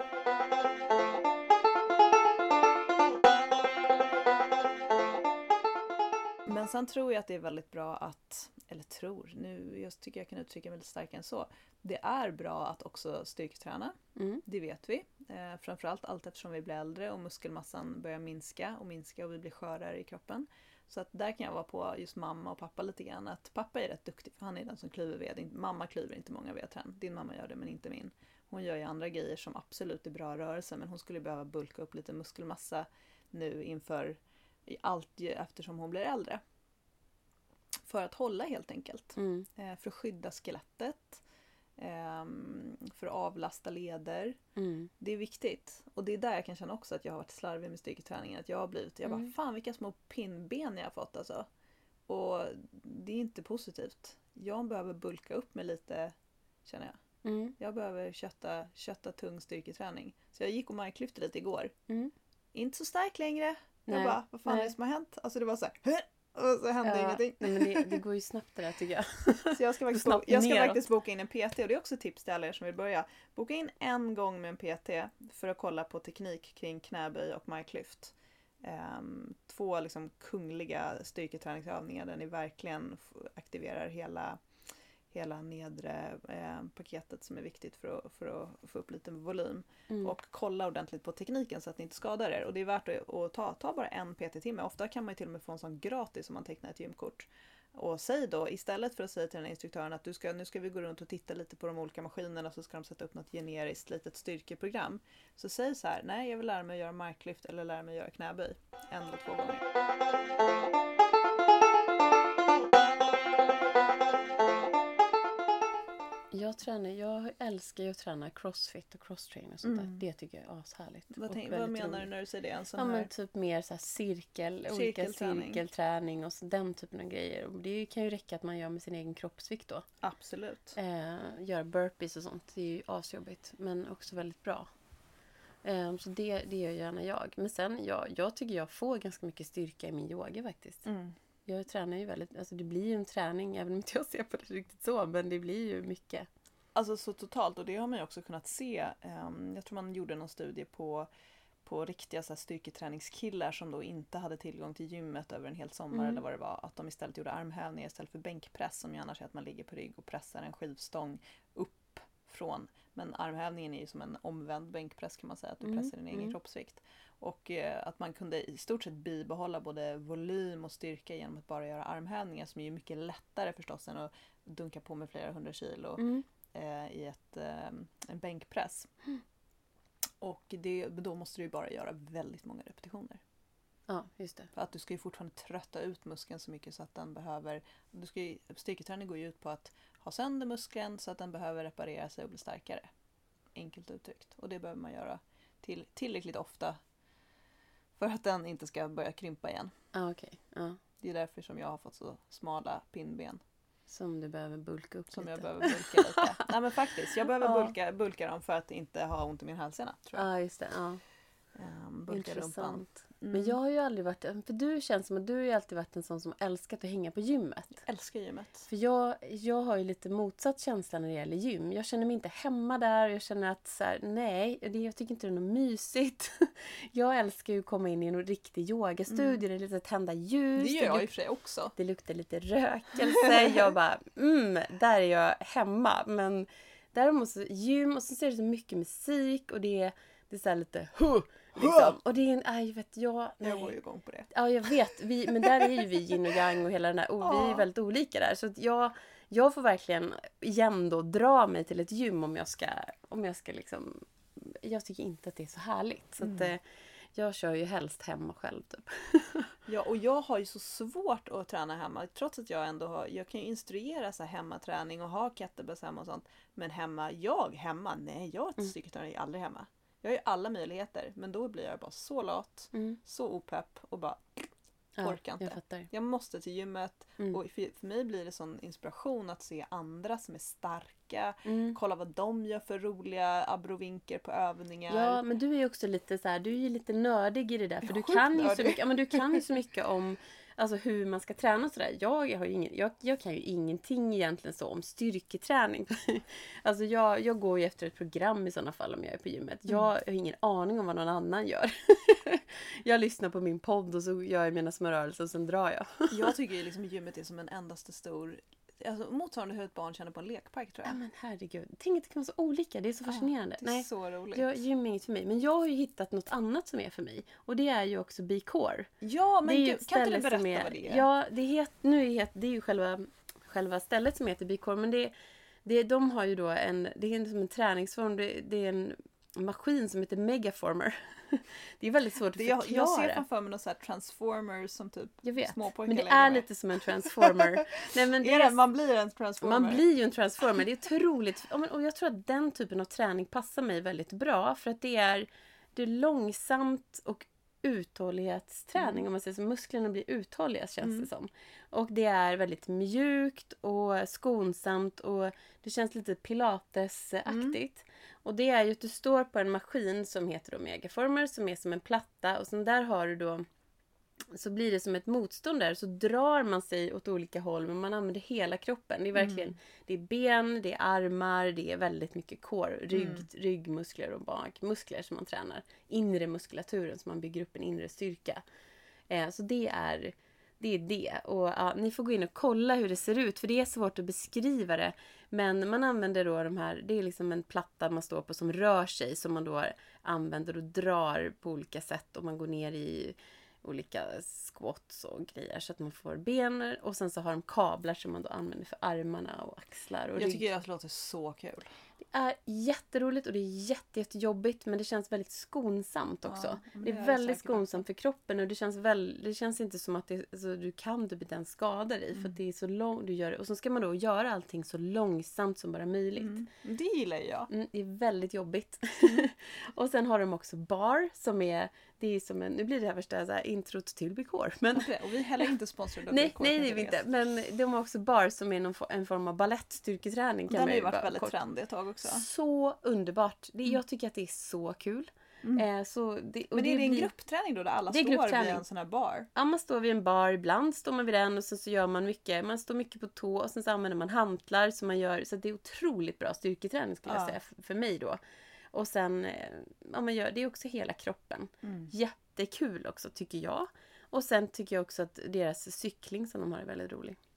Men sen tror jag att det är väldigt bra att, eller tror, nu jag tycker jag kan uttrycka mig lite starkare än så. Det är bra att också styrketräna, mm. det vet vi. Eh, framförallt allt eftersom vi blir äldre och muskelmassan börjar minska och minska och vi blir skörare i kroppen. Så att där kan jag vara på just mamma och pappa lite grann. Att pappa är rätt duktig för han är den som klyver ved. Mamma klyver inte många vedträn. Din mamma gör det men inte min. Hon gör ju andra grejer som absolut är bra rörelse men hon skulle behöva bulka upp lite muskelmassa nu inför allt eftersom hon blir äldre. För att hålla helt enkelt. Mm. Eh, för att skydda skelettet. Eh, för att avlasta leder. Mm. Det är viktigt. Och det är där jag kan känna också att jag har varit slarvig med styrketräningen. Att jag har blivit, jag bara, mm. fan vilka små pinnben jag har fått alltså. Och det är inte positivt. Jag behöver bulka upp mig lite, känner jag. Mm. Jag behöver kötta, kötta tung styrketräning. Så jag gick och marklyfte lite igår. Mm. Inte så stark längre. Nej. Jag bara, vad fan Nej. är det som har hänt? Alltså det var så här... Och så hände ja, ingenting. Nej, men det, det går ju snabbt det där tycker jag. Så jag ska, faktiskt, bo- jag ska faktiskt boka in en P T. Och det är också tips till alla er som vill börja. Boka in en gång med en P T. För att kolla på teknik kring knäböj och marklyft. Um, två liksom kungliga styrketräningsövningar. Där ni verkligen aktiverar hela, hela nedre eh, paketet. Som är viktigt för att, för att få upp lite volym. Mm. Och kolla ordentligt på tekniken så att ni inte skadar er. Och det är värt att, att ta, ta bara en P T-timme. Ofta kan man ju till och med få en sån gratis om man tecknar ett gymkort. Och säg då, istället för att säga till den instruktören att du ska, nu ska vi gå runt och titta lite på de olika maskinerna så ska de sätta upp något generiskt litet styrkeprogram. Så säg så här, nej jag vill lära mig att göra marklyft eller lära mig att göra knäböj. En eller två gånger. Jag tränar, jag älskar ju att träna crossfit och crosstrain och sånt mm. där. Det tycker jag är ashärligt. Vad, tänk, vad menar roligt. Du när du säger det? En sån ja här... men typ mer så här cirkel, olika cirkelträning och så, den typen av grejer. Och det kan ju räcka att man gör med sin egen kroppsvikt då. Absolut. Eh, gör burpees och sånt, det är ju asjobbigt men också väldigt bra. Eh, så det, det gör gärna jag. Men sen, ja, jag tycker jag får ganska mycket styrka i min yoga faktiskt. Mm. Jag tränar ju väldigt, alltså det blir ju en träning även om inte jag ser på det riktigt så, men det blir ju mycket. Alltså så totalt, och det har man ju också kunnat se. Um, jag tror man gjorde någon studie på, på riktiga så här, styrketräningskillar som då inte hade tillgång till gymmet över en hel sommar mm. eller vad det var. Att de istället gjorde armhävningar istället för bänkpress som ju annars är att man ligger på rygg och pressar en skivstång upp från, men armhävningen är ju som en omvänd bänkpress kan man säga, att du Mm, pressar din egen mm. kroppsvikt. Och eh, att man kunde i stort sett bibehålla både volym och styrka genom att bara göra armhävningar, som är ju mycket lättare förstås än att dunka på med flera hundra kilo Mm. eh, i ett, eh, en bänkpress. Och det, då måste du ju bara göra väldigt många repetitioner. Ja, just det. För att du ska ju fortfarande trötta ut muskeln så mycket så att den behöver... Du ska ju, styrketräning går ju ut på att ha sönder muskeln så att den behöver reparera sig och bli starkare. Enkelt uttryckt. Och det behöver man göra till, tillräckligt ofta för att den inte ska börja krympa igen. Ja, okej. Ja. Det är därför som jag har fått så smala pinnben. Som du behöver bulka upp Som lite. jag behöver bulka lite. Nej men faktiskt, jag behöver Ja. bulka, bulka dem för att inte ha ont i min hälsena, tror jag. Ja, just det. Ja. Um, bulka rumpan. Intressant. Mm. Men jag har ju aldrig varit, för du känns som att du har ju alltid varit en sån som älskat att hänga på gymmet. Jag älskar gymmet. För jag, jag har ju lite motsatt känsla när det gäller gym. Jag känner mig inte hemma där. Jag känner att så här, nej, det, jag tycker inte det är något mysigt. Jag älskar ju att komma in i en riktig yogastudio. Det är lite tända ljus. Det gör jag luk- i och för sig också. Det luktar lite rökelse. Jag bara, mm, där är jag hemma. Men däremot så gym och så är det så mycket musik och det är, det är så här lite huh, liksom. Och det är en, aj, vet jag, nej. Jag går ju igång på det. Ja, jag vet. Vi, men där är ju vi yin och yang och hela den där. Och vi är Ja. väldigt olika där. Så att jag, jag får verkligen igen då dra mig till ett gym om jag ska, om jag ska liksom... Jag tycker inte att det är så härligt. Så att, Mm. eh, jag kör ju helst hemma själv typ. Ja, och jag har ju så svårt att träna hemma. Trots att jag ändå har, jag kan ju instruera så här hemmaträning och ha kettlebells hemma och sånt. Men hemma, jag hemma, nej jag Mm. styrketränar ju aldrig hemma. Jag har ju alla möjligheter, men då blir jag bara så lat, Mm. så opepp och bara Ja, orkar inte. jag fattar. Jag måste till gymmet Mm. och för, för mig blir det sån inspiration att se andra som är starka. Mm. Kolla vad de gör för roliga abrovinker på övningar. Ja, men du är ju också lite så här, du är ju lite nördig i det där. För Jag är du kan, ju så skitnördig. mycket, ja, men du kan ju så mycket om alltså, hur man ska träna och sådär. Jag, har ju ingen, jag, jag kan ju ingenting egentligen så om styrketräning. Alltså jag, jag går ju efter ett program i sådana fall om jag är på gymmet. Jag har ingen aning om vad någon annan gör. Jag lyssnar på min podd och så gör jag mina små rörelser och sen drar jag. Jag tycker ju liksom gymmet är som en endaste stor, alltså motsvarande hur ett barn känner på en lekpark tror Ja jag. men herregud, tänk att det kan vara så olika. Det är så fascinerande. Det är Nej. så roligt. Jag, gym är inget för mig. Men jag har ju hittat något annat som är för mig. Och det är ju också B-core. Ja, men Det är ju gud, ett kan inte ställe du berätta som är, vad det är? Ja, det, het, nu är het, det är ju själva, själva stället som heter B-core. Men det, det, de har ju då en, det är som en träningsform. Det, det är en maskin som heter Megaformer. Det är väldigt svårt att Det, jag, förklara. jag ser framför mig någon sån här transformers som typ Jag vet, småpojkar men det leker är med. lite som en transformer. Nej, men det Är är, det, man blir en transformer. man blir ju en transformer. Det är otroligt. Ja, men- Och jag tror att den typen av träning passar mig väldigt bra. För att det är, det är långsamt och uthållighetsträning. Mm. Om man säger så. Musklerna blir uthålliga känns Mm. det som. Och det är väldigt mjukt och skonsamt. Och det känns lite pilatesaktigt. Och det är ju att du står på en maskin som heter då Megaformer. Som är som en platta. Och sen där har du då, så blir det som ett motstånd där. Så drar man sig åt olika håll. Men man använder hela kroppen. Det är verkligen, Mm. det är ben, det är armar, det är väldigt mycket core. Rygg, Mm. ryggmuskler och bakmuskler som man tränar. Inre muskulaturen som man bygger upp en inre styrka. Eh, så det är det. Är det. Och ja, ni får gå in och kolla hur det ser ut. För det är svårt att beskriva det. Men man använder då de här, det är liksom en platta man står på som rör sig. Som man då använder och drar på olika sätt. Och man går ner i olika squats och grejer så att man får ben. Och sen så har de kablar som man då använder för armarna och axlar och Jag rygg. tycker att det låter så kul. Det är jätteroligt och det är jätte, jättejobbigt men det känns väldigt skonsamt också. Ja, men det är det är väldigt säkert skonsamt för kroppen och det känns, väl, det känns inte som att det, alltså, du kan typ inte ens skada dig Mm. för att det är så långt du gör det. Och så ska man då göra allting så långsamt som bara möjligt. Mm. Det gillar jag. Mm, det är väldigt jobbigt. Och sen har de också bar som är, det är som en, nu blir det här värsta så här, introt till B-core. Men Okay, och vi är heller inte sponsrade av nej, B-core, nej kan det är vi tilläggas. inte. Men de har också bar som är någon, fo- en form av balettstyrketräning. kan Den man har ju bara varit väldigt kort- trendig ett tag också. Så underbart. Det, jag tycker att det är så kul. Mm. Eh, så det, och Men är det en blir- gruppträning då där alla Det är står vid gruppträning. en sån här bar? Ja, man står vid en bar, ibland står man vid den och så, så gör man mycket. Man står mycket på tå och sen så använder man hantlar som man gör. Så det är otroligt bra styrketräning skulle jag Ja. säga f- för mig då. Och sen, eh, ja, man gör, det är också hela kroppen. Mm. Jättekul också tycker jag. Och sen tycker jag också att deras cykling som de har är väldigt rolig.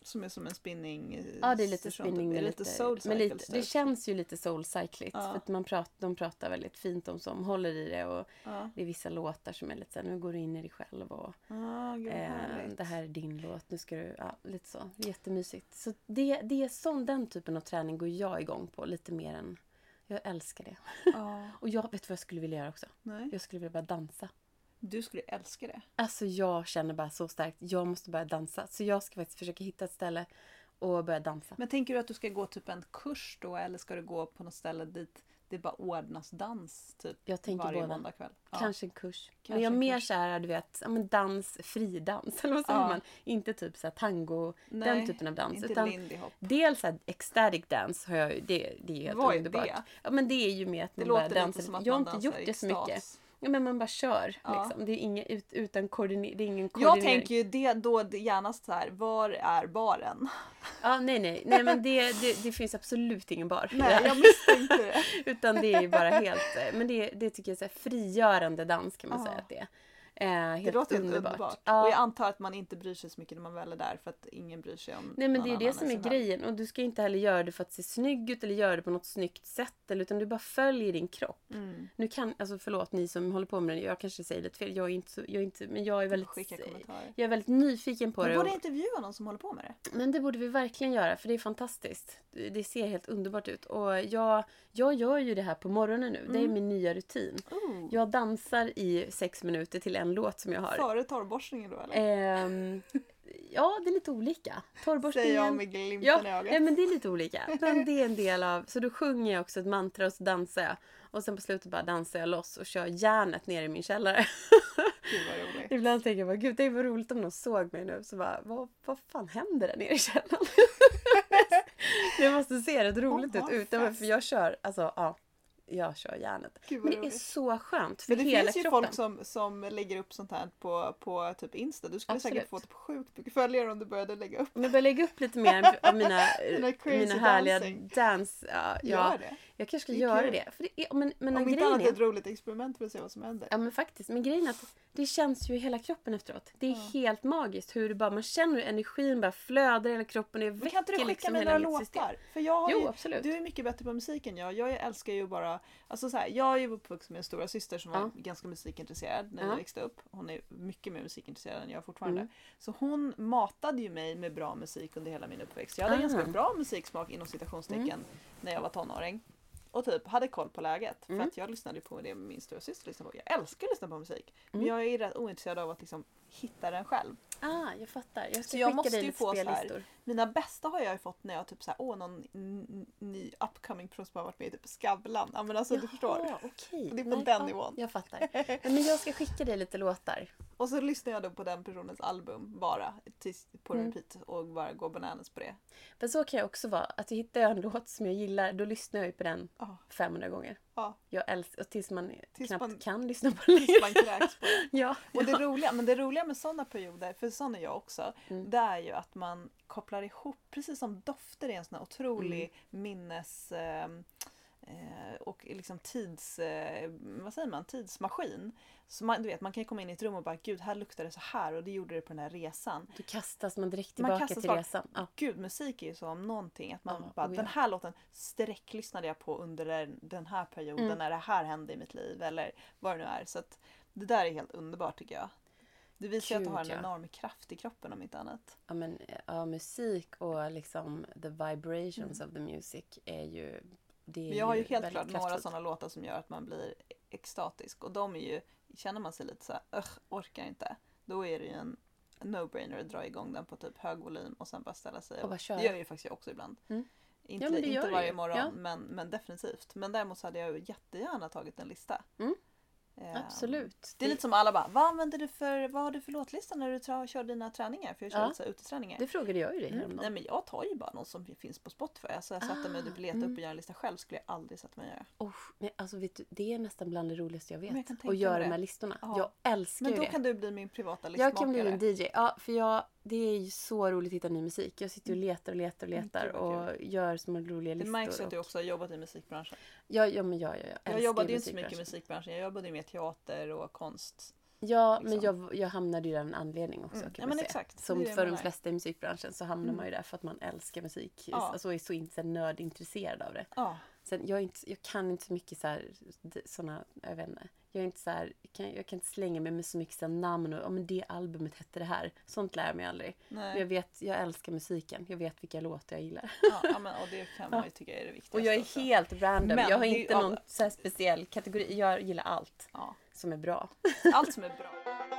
Som är som en spinning. Ja, det är lite spinning. Det är lite soul men cycle. lite, det känns ju lite soul cycligt. Ja. För att man pratar, de pratar väldigt fint om som håller i det. Och Ja. det är vissa låtar som är lite så här, nu går du in i dig själv. Och Ah, gud, eh, härligt. det här är din låt, nu ska du, ja, lite så. Jättemysigt. Så det, det är sån, den typen av träning går jag igång på lite mer än, jag älskar det. Ja. Och jag vet vad jag skulle vilja göra också. Nej. Jag skulle vilja börja dansa. Du skulle älska det. Alltså jag känner bara så starkt, jag måste börja dansa. Så jag ska faktiskt försöka hitta ett ställe och börja dansa. Men tänker du att du ska gå typ en kurs då? Eller ska du gå på något ställe dit det bara ordnas dans typ Jag tänker varje båda. måndagkväll? Ja. Kanske en kurs. Kanske men jag är en mer kurs. så här, du vet, ja, men dans, fridans. Eller vad säger Ja. man? Inte typ så här tango, Nej, den typen av dans. inte Utan Lindy Hop. dels så här, ecstatic dance har jag ju, det, det är helt Vad är underbart. det? Ja, men det är ju med att Det man låter börjar lite dansa. som att Jag har man inte dansar gjort i det så mycket. extas. Ja, men man bara kör. Ja. Liksom. Det är inget ut, utan koordinering. Det är ingen Jag koordinering. tänker ju det då det gärna så här, var är baren? Ja, nej, nej. Nej, men det, det, det finns absolut ingen bar. Nej, jag misstänkte det. Utan det är ju bara helt... Men det, det tycker jag är så här frigörande dans kan man Ja. säga att det är. Eh, helt Det låter helt underbart. underbart. Ja. Och jag antar att man inte bryr sig så mycket när man väl är där för att ingen bryr sig om Nej, men någon det är det annan som än är sig själv. grejen. Och du ska inte heller göra det för att se snygg ut eller göra det på något snyggt sätt. Eller, utan du bara följer din kropp. Mm. Nu kan, alltså förlåt ni som håller på med det. Jag kanske säger lite fel. Jag är inte, så, jag är inte men jag är väldigt... Skicka kommentarer. Jag är väldigt nyfiken på Vi det. borde och- intervjua någon som håller på med det. Men det borde vi verkligen göra, för det är fantastiskt. Det ser helt underbart ut. Och jag, jag gör ju det här på morgonen nu. Det är Mm. min nya rutin. Oh. Jag dansar i sex minuter till en låt som jag har. Före torrborstningen då eller? Ehm, ja, det är lite olika. Torrborstningen. Säger jag med glimten Ja, i nej, ögat. men det är lite olika. Men det är en del av... Så då sjunger jag också ett mantra och så dansar jag. Och sen på slutet bara dansar jag loss och kör järnet ner i min källare. Gud vad roligt. Ibland tänker jag bara, gud det var roligt om någon såg mig nu. Så bara, vad, vad fan händer där nere i källaren? Jag måste se rätt roligt Hon ut har utanför, fest. för jag kör, alltså ja, jag kör järnet. Gud, Men vad det är roligt. så skönt för Men det hela finns ju kroppen. folk som, som lägger upp sånt här på, på typ Insta. Du skulle Absolut. säkert få typ sjukt mycket följare om du började lägga upp. Om jag börjar lägga upp lite mer av mina, där crazy mina härliga dancing. dans, ja, ja, Gör det. jag kanske ska Det är göra kul. det. För det är, men men Om inte grejen annat är, ett roligt experiment för att se vad som händer. ja men faktiskt, men grejen är att det känns ju i hela kroppen efteråt. Det är Ja. helt magiskt hur det bara, man känner hur energin bara flödar i hela kroppen och Men kan inte du väcker skicka liksom mig hela några mitt låtar? system. För jag har Jo, ju, absolut. du är mycket bättre på musik än jag. Jag älskar ju bara, alltså så här, jag är ju uppvuxen med en stora syster som Ja. var ganska musikintresserad när Ja. jag växte upp. Hon är mycket mer musikintresserad än jag fortfarande. Mm. Så hon matade ju mig med bra musik under hela min uppväxt. Jag hade Ah. ganska bra musiksmak inom citationstecken när jag var tonåring. Och typ hade koll på läget. Mm. För att jag lyssnade ju på det min stora syster lyssnade på. Jag älskar att lyssna på musik. Men Mm. jag är rätt ointresserad av att liksom hitta den själv. Ah, jag fattar. Jag ska Så jag skicka måste dig ju lite få så här- spellistor. Mina bästa har jag ju fått när jag typ såhär, åh någon n- ny upcoming person som har varit med i typ Skavlan. Ja men alltså du förstår. Jaha, okej. Det är på Nej, den ja, nivån. Jag fattar. Men jag ska skicka dig lite låtar. Och så lyssnar jag då på den personens album bara tills- på Mm. repeat och bara går bananas på det. Men så kan jag också vara. Att hittar jag en låt som jag gillar, då lyssnar jag ju på den Ja, femhundra gånger. ja, Jag älskar, och tills man Tills knappt man- kan lyssna på den tills längre. man kräks på det. Ja. Och det roliga, men det roliga med sådana perioder, för sån är jag också, Mm. det är ju att man kopplar ihop, precis som dofter är en sån här otrolig Mm. minnes eh, eh, och liksom tids, eh, vad säger man, tidsmaskin. Så man, du vet, man kan ju komma in i ett rum och bara, gud här luktar det så här och det gjorde det på den här resan. Då kastas man direkt Man tillbaka kastas till bak- resan. Ja. Gud, musik är ju så om någonting. Att man Ja, bara, oh ja. den här låten sträcklyssnade jag på under den- den här perioden Mm. när det här hände i mitt liv. Eller vad det nu är. Så att det där är helt underbart tycker jag. Det visar ju att du har en Gud, ja. enorm kraft i kroppen om inte annat. Ja, men ja, musik och liksom the vibrations Mm. of the music är ju... Det är Men jag har ju helt väldigt klart några kraftfullt. sådana låtar som gör att man blir extatisk. Och de är ju, känner man sig lite så här, "Ugh, orkar inte. Då är det ju en no-brainer att dra igång den på typ hög volym och sen bara ställa sig. Och bara köra. Det gör jag ju faktiskt jag också ibland. Mm. Inte, Ja, men det gör inte du varje ju. morgon, Ja. men, men definitivt. Men däremot så hade jag ju jättegärna tagit en lista. Mm. Eh, Absolut. Det är lite som alla bara, vad använder du för, vad har du för låtlista när du tra- kör dina träningar? För jag kör Ja. lite så här uteträningar. Det frågade jag ju dig Mm. Nej häromdagen. men jag tar ju bara någon som finns på Spotify. Alltså jag satte mig och typ Ah, leta mm. upp och göra en lista själv skulle jag aldrig sätta mig och göra. Oh, men alltså vet du, det är nästan bland det roligaste jag Men jag vet. kan tänka Att göra mig de här det. listorna. Ja. Jag älskar Men ju då det. kan du bli min privata Jag listmakare. kan bli en D J. Ja, för jag, det är ju så roligt att hitta ny musik. Jag sitter och letar och letar och Mm, letar gud, vad och gör små roliga Det listor. märks ju att du och- också har jobbat i musikbranschen. Ja, ja, men jag, jag, jag, Jag älskar jobbade ju inte så mycket i musikbranschen. musikbranschen. Jag jobbade ju med teater och konst. Ja, liksom. men jag, jag hamnade ju där av en anledning också. Mm. Kan Ja, man men säga. exakt. Som Det är det för jag de menar. flesta i musikbranschen så hamnar Mm. man ju där för att man älskar musik. Ja. Alltså är så inte så nördintresserad av det. Ja. Sen, jag, är inte, jag kan inte så mycket så här, såna, jag vet inte. Jag är inte så här, jag kan, jag kan inte slänga mig med så mycket så här namn och, ja men det albumet hette det här. Sånt lär jag mig aldrig. Nej. Men jag vet, jag älskar musiken. Jag vet vilka låtar jag gillar. Ja, ja, men, och det kan man ju tycka är det viktigaste. Och jag är också. helt random. Men jag har det är- inte ja. någon så här speciell kategori. Jag gillar allt Ja. som är bra. Allt som är bra.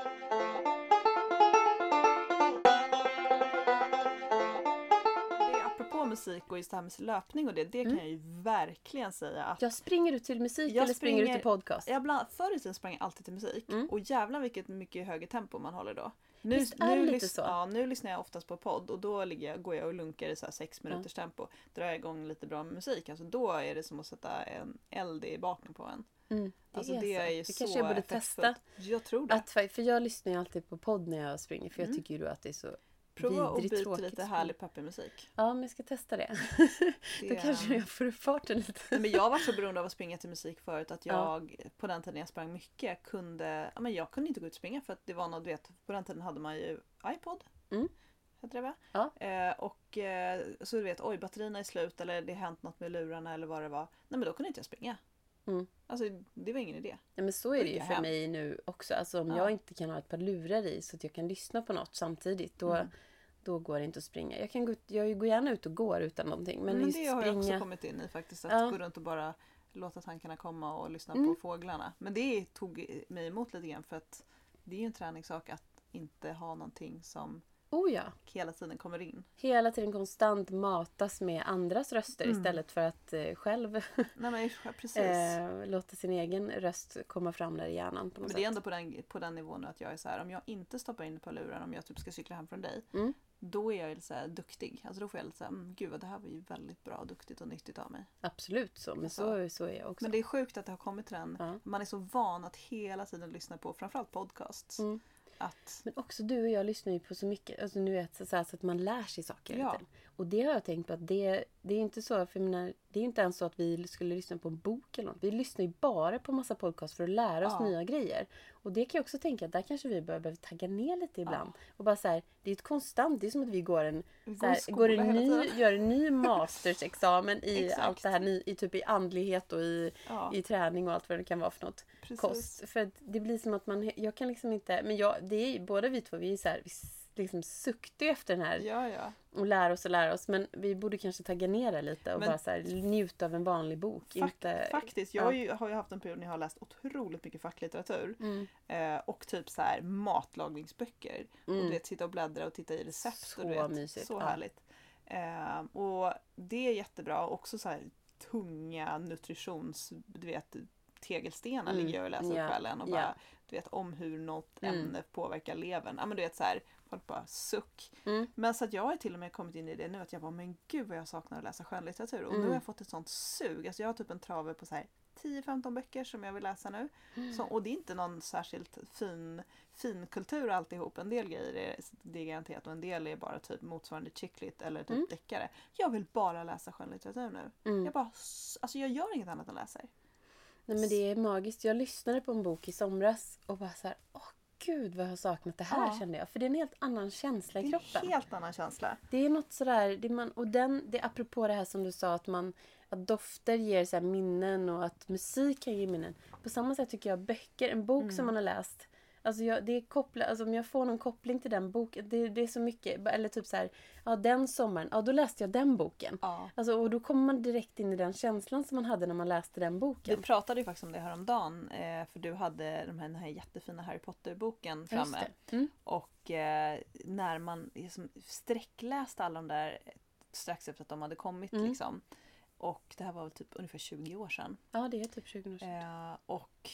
Det är apropå musik och just det här med löpning och det, det kan jag ju verkligen säga att Jag springer du till musik Jag eller springer du springer- till podcast? jag bland, förr i tiden sprang jag alltid till musik Mm. och jävlar vilket mycket högre tempo man håller då. Nu, Visst är det nu, lite lys- så? Ja, nu lyssnar jag oftast på podd och då ligger jag, går jag och lunkar i så här sex minuters tempo. Drar jag igång lite bra musik, alltså då är det som att sätta en eld i baken på en. Mm, det Alltså är det så. är ju det så kanske jag borde effektfullt. testa. Jag tror det. Att, för jag lyssnar ju alltid på podd när jag springer. För jag Mm. tycker ju då att det är så Prova att vidrigt byta tråkigt. lite härlig peppig musik. Ja, men jag ska testa det. Det, Då kanske jag får upp farten lite. Nej, men jag var så beroende av att springa till musik förut att Ja. jag på den tiden jag sprang mycket kunde, ja, men jag kunde inte gå ut och springa för att det var något, du vet, på den tiden hade man ju iPod. Mm. Hette det va? Ja. Eh, och eh, så du vet, oj batterierna är slut eller det har hänt något med lurarna eller vad det var. Nej men då kunde inte jag springa. Mm. Alltså det var ingen idé. Ja, men så är det ju Skicka för hem. mig nu också. Alltså om Ja. jag inte kan ha ett par lurar i så att jag kan lyssna på något samtidigt. Då, Mm. då går det inte att springa. Jag, kan gå ut, jag går gärna ut och går utan någonting. Men, Men just det har jag också springa. kommit in i faktiskt. Att Ja. gå runt och bara låta tankarna komma och lyssna Mm. på fåglarna. Men det tog mig emot lite grann för att det är ju en träningssak att inte ha någonting som Oh ja. hela tiden kommer in. Hela tiden konstant matas med andras röster Mm. istället för att eh, själv Nej men ja, precis. eh, låta sin egen röst komma fram där i hjärnan på något Men sätt. det är ändå på den, på den nivån nu att jag är så här, om jag inte stoppar in på luren, om jag typ ska cykla hem från dig, Mm. då är jag lite så här duktig. Alltså då får jag lite så här, mm, gud vad det här var ju väldigt bra, duktigt och nyttigt av mig. Absolut så, men så, så är jag också. Men det är sjukt att det har kommit till den. Ja. Man är så van att hela tiden lyssna på framförallt podcasts. Mm. Att, Men också du och jag lyssnar ju på så mycket, alltså nu vet, så, så, här, så att man lär sig saker hela Ja. tiden. Och det har jag tänkt på att det, det är inte så, för jag menar, det är inte ens så att vi skulle lyssna på en bok eller något. Vi lyssnar ju bara på massa podcast för att lära oss Ja. nya grejer. Och det kan jag också tänka att där kanske vi bör, behöver tagga ner lite ibland. Och bara så här, det är ett konstant, det är som att vi går en, Vi så går i här, skola går en hela ny, tiden. gör en ny mastersexamen i Exakt. allt det här, ny, i typ i andlighet och i, ja, i träning och allt vad det kan vara för något. precis. Kost. För att det blir som att man, jag kan liksom inte, men jag, det är båda vi två, vi är så här, vi s- liksom suktar ju efter den här Ja, ja. och lär oss och lära oss, men vi borde kanske tagga ner det lite och Men- bara så här, njuta av en vanlig bok. Fak- inte, Faktiskt, jag ja. har ju, har ju haft en period när jag har läst otroligt mycket facklitteratur. Mm. Eh, och typ så här matlagningsböcker. Och Mm. du vet, sitta och bläddra och titta i recept. Så och du vet, mysigt, Så ja. härligt. Eh, och det är jättebra. Också så här tunga nutritions... Du vet, tegelstenar Mm. ligger jag och läser Ja, på kvällen. Och ja. bara, du vet, om hur något Mm. ämne påverkar levern. Ja men du vet så här, folk bara suck. Mm. Men så att jag har till och med kommit in i det nu att jag bara, men gud vad jag saknar att läsa skönlitteratur. Och nu Mm. har jag fått ett sånt sug. Alltså jag har typ en trave på så här tio femton böcker som jag vill läsa nu. Så, och det är inte någon särskilt fin, fin kultur alltihop. En del grejer är, det är garanterat och en del är bara typ motsvarande chicklit eller typ Mm. deckare. Jag vill bara läsa skönlitteratur nu. Mm. Jag bara, s- alltså jag gör inget annat än läser. Nej, men det är magiskt. Jag lyssnade på en bok i somras och bara så här, åh gud vad jag har saknat det här, Ja. kände jag. För det är en helt annan känsla Det i är kroppen. en helt annan känsla. Det är något sådär, det man, och den, det apropå det här som du sa att man, att dofter ger så här minnen och att musik kan ge minnen. På samma sätt tycker jag böcker, en bok Mm. som man har läst, alltså jag, det är kopplat, alltså om jag får någon koppling till den boken, det, det är så mycket, eller typ så här, ja den sommaren, ja då läste jag den boken. Ja. Alltså, och då kommer man direkt in i den känslan som man hade när man läste den Vi boken. pratade ju faktiskt om det här om dagen eh, för du hade de här, den här jättefina Harry Potter-boken Just framme. det. Mm. Och eh, när man liksom sträckläste alla de där strax efter att de hade kommit Mm. liksom. Och det här var väl typ ungefär tjugo år sedan. Ja, det är typ tjugo år sedan. Eh, och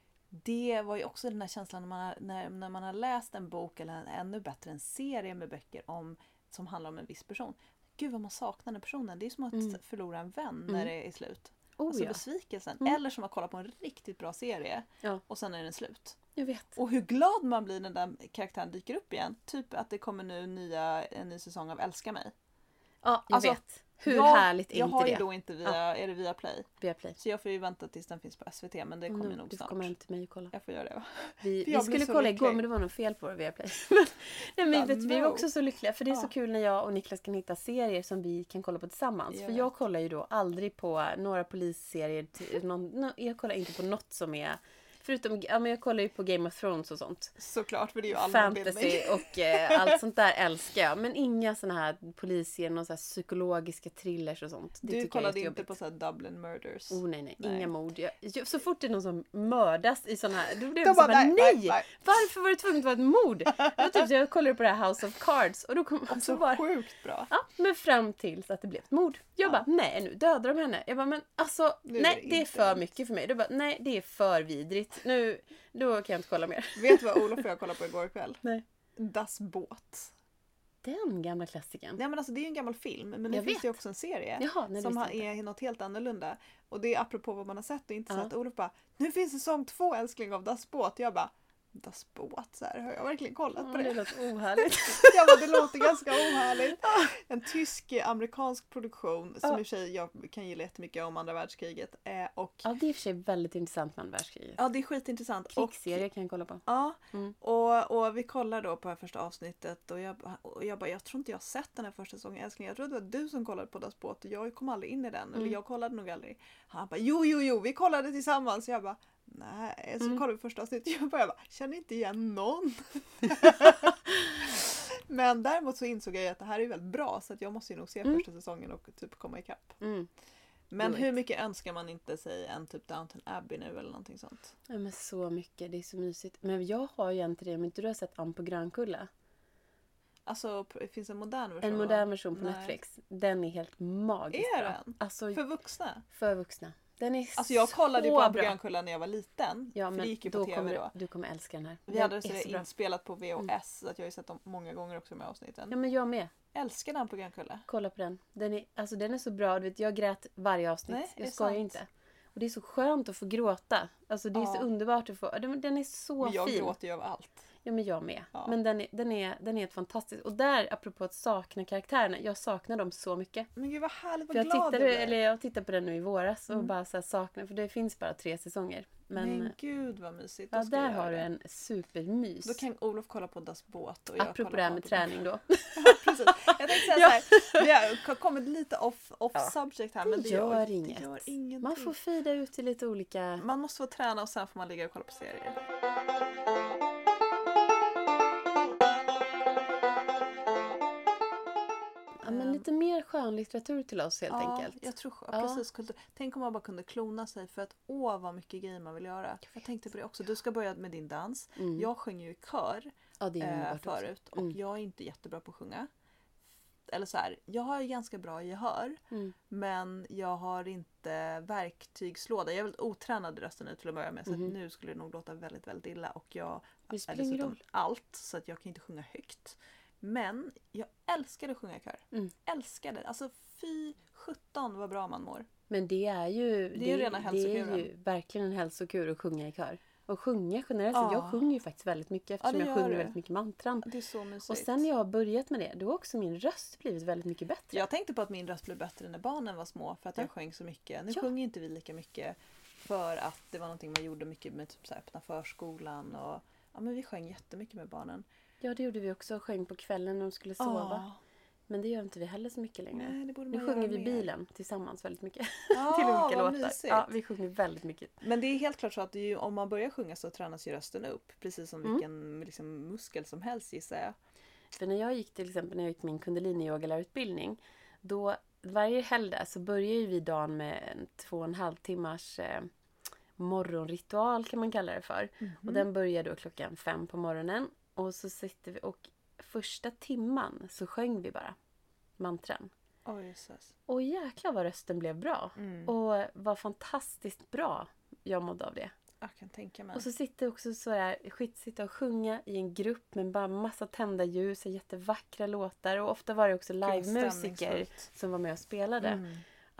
det var ju också den här känslan när man, har, när, när man har läst en bok eller en, ännu bättre en serie med böcker om, som handlar om en viss person. Gud vad man saknar den personen. Det är som att Mm. förlora en vän Mm. när det är slut. Oh Alltså ja, besvikelsen. Mm. Eller som att kolla på en riktigt bra serie Ja. och sen är den slut. jag vet. Och hur glad man blir när den karaktären dyker upp igen. Typ att det kommer nu nya, en ny säsong av Älska mig. Ja, jag Alltså, vet. Hur jag, härligt är jag inte har det? ju då inte via, Ja. är det via Play. Via Play. Så jag får ju vänta tills den finns på S V T, men det kommer Mm, nog du får snart. komma hem till mig och kolla. Jag får göra det, va? Vi, För jag vi blir skulle så kolla lycklig. igår men det var nog fel på det via Play. Nej, men vet, vi är no. också så lyckliga för det är så Ja. kul när jag och Niklas kan hitta serier som vi kan kolla på tillsammans. Jag för vet. jag kollar ju då aldrig på några polisserier. Till, någon, no, jag kollar inte på något som är... Förutom, ja men jag kollar ju på Game of Thrones och sånt. Såklart, för det är ju allmänbildning. Fantasy och eh, allt sånt där älskar jag. Men inga såna här polisserier, någon så här psykologiska thrillers och sånt. Det Du tycker kollade jag är inte jobbigt. på så här Dublin Murders? Oh nej, nej, Nej. inga mord. Jag, jag, så fort det är någon som mördas i sån här, då blir De jag så bara, bara, nej, nej, nej, nej. Varför var det tvunget att vara ett mord? Det var typ så jag kollade på det här House of Cards och då kom Så, så bara, sjukt bra. ja, men fram till så att det blev ett mord. Jag Ja. bara, nej nu dödar de henne. Jag bara, men alltså, Nu är nej det det är inte för rätt. mycket för mig. Då bara, nej det är för vidrigt. Nu, då kan jag inte kolla mer. Vet du vad Olof och jag kollade på igår kväll? Nej. Das Båt. Den gamla klassikern. Nej men alltså det är ju en gammal film, men nu Jag finns vet. det ju också en serie. Jaha, nej, det som visste har, jag inte. är något helt annorlunda. Och det är apropå vad man har sett och inte så Ja. att Olof bara, nu finns säsong två älskling av Das Båt. Jag bara, Das Båt, så här, har jag verkligen kollat Ja, på det det? låter ohärligt. Jag bara, det låter ganska ohärligt. En tysk-amerikansk produktion som Ja. i och för sig jag kan gilla jättemycket om andra världskriget. Eh, och Ja, det är i och för sig väldigt intressant med andra världskriget. ja, det är skitintressant. Och, Krigsserie kan jag kolla på. ja, Mm. och, och vi kollar då på det här första avsnittet och jag, ba- och jag bara, jag tror inte jag har sett den här första säsongen älskling. Jag tror det var du som kollade på Das Båt och jag kom aldrig in i den. Eller Mm. jag kollade nog aldrig. Han bara, jo, jo, jo, vi kollade tillsammans. Jag bara, nej. Så Mm. kollade vi första avsnittet jag bara, jag bara, känner inte igen någon. Men däremot så insåg jag att det här är väldigt bra så att jag måste ju nog se Mm. första säsongen och typ komma ikapp. Mm. Men Do hur it. mycket önskar man inte sig en typ Downton Abbey nu eller någonting sånt? Ja, men så mycket. Det är så mysigt. Men jag har ju inte det. Men inte du har sett Ann på Grönkulla? Alltså, p- finns en modern version? En modern version på Nej. Netflix. Den är helt magisk Är bra. den? Alltså För för, vuxna? vuxna. Den är Alltså jag kollade ju så på bra. Grönkulla när jag var liten. Ja, för det men gick ju på då tv kommer då. du, du kommer älska den här. Vi Den hade är det så bra. inspelat på V H S så att jag har ju sett dem många gånger också med avsnitten. Ja, men jag med. Älskar den på Grönkulla. Kolla på den. Den är, alltså, den är så bra. Du vet, jag grät varje avsnitt. Nej, är jag det skojar sant? inte. Och det är så skönt att få gråta. Alltså det är Ja. så underbart att få. Den, den är så Men jag fin. gråter ju av allt. Ja, men jag med. Ja. Men den är, den, är, den är helt fantastisk. Och där, apropå att sakna karaktärerna. Jag saknar dem så mycket. Men gud vad härligt, vad För jag glad tittade, jag blir. eller jag tittade på den nu i våras och Mm. bara så här saknar. För det finns bara tre säsonger. Men, Men gud vad mysigt. Då ja, ska jag där göra har du det. en supermys. Då kan Olof kolla på Das Båt. Och jag Apropå kollar det här på med Ann på träning då. Grönkulla. Precis. Jag tänkte säga Ja. så här. Vi har kommit lite off, off Ja. subject här. Det Men det gör gör, inget. Det gör ingenting. Man får fida ut till lite olika... Man måste få träna och sen får man ligga och kolla på serier. Ja, men lite mer skönlitteratur till oss helt ja, enkelt. Jag tror, ja, Ja. precis. Kultur. Tänk om man bara kunde klona sig för att åh vad mycket grejer man vill göra. Jag tänkte på det också. Du ska börja med din dans. Mm. Jag sjöng ju i kör Ja, det är eh, underbart också. förut och Mm. jag är inte jättebra på att sjunga. Eller så här, jag har ju ganska bra gehör Mm. men jag har inte verktygslåda. Jag är väldigt otränad i rösten nu till att börja med så Mhm. att nu skulle det nog låta väldigt väldigt illa och jag Det är spelar ingen dessutom roll. allt så att jag kan inte sjunga högt. Men jag älskade att sjunga i kör. Mm. Älskade. Alltså fy sjutton vad bra man mår. Men det är ju, Det är ju rena det är ju hälsokuren. verkligen en hälsokur att sjunga i kör. Och sjunga generellt. Ja. Jag sjunger ju faktiskt väldigt mycket eftersom det jag gör sjunger du. väldigt mycket mantran. Det är så mysigt. Och sen när jag har börjat med det, då har också min röst blivit väldigt mycket bättre. Jag tänkte på att min röst blev bättre när barnen var små för att jag Ja. sjöng så mycket. Nu Ja. sjunger inte vi lika mycket för att det var någonting man gjorde mycket med typ så här öppna förskolan och ja men vi sjöng jättemycket med barnen. Ja, det gjorde vi också. Sjöng på kvällen när de skulle sova. Ja. Men det gör inte vi heller så mycket längre. Nej, det borde Nu man sjunger göra vi mer. bilen tillsammans väldigt mycket. Ja, till olika vad låtar. mysigt. Ja, vi sjunger väldigt mycket. Men det är helt klart så att det är ju, om man börjar sjunga så tränas ju rösten upp. Precis som Mm. vilken liksom, muskel som helst gissar jag. För när jag gick till exempel när jag gick min kundalini-yogalärarutbildning, då varje helg där så börjar ju vi dagen med en två och en halv timmars eh, morgonritual kan man kalla det för. Och den börjar då klockan fem på morgonen. Och så sitter vi och första timman så sjöng vi bara mantran. Oj, jösses. Och jäklar vad rösten blev bra. Mm. Och vad fantastiskt bra jag mådde av det. Jag kan tänka mig. Och så sitter också så där, skit, sitta och sjunga i en grupp med bara massa tända ljus och jättevackra låtar. Och ofta var det också livemusiker stämningsfullt. som var med och spelade. Mm.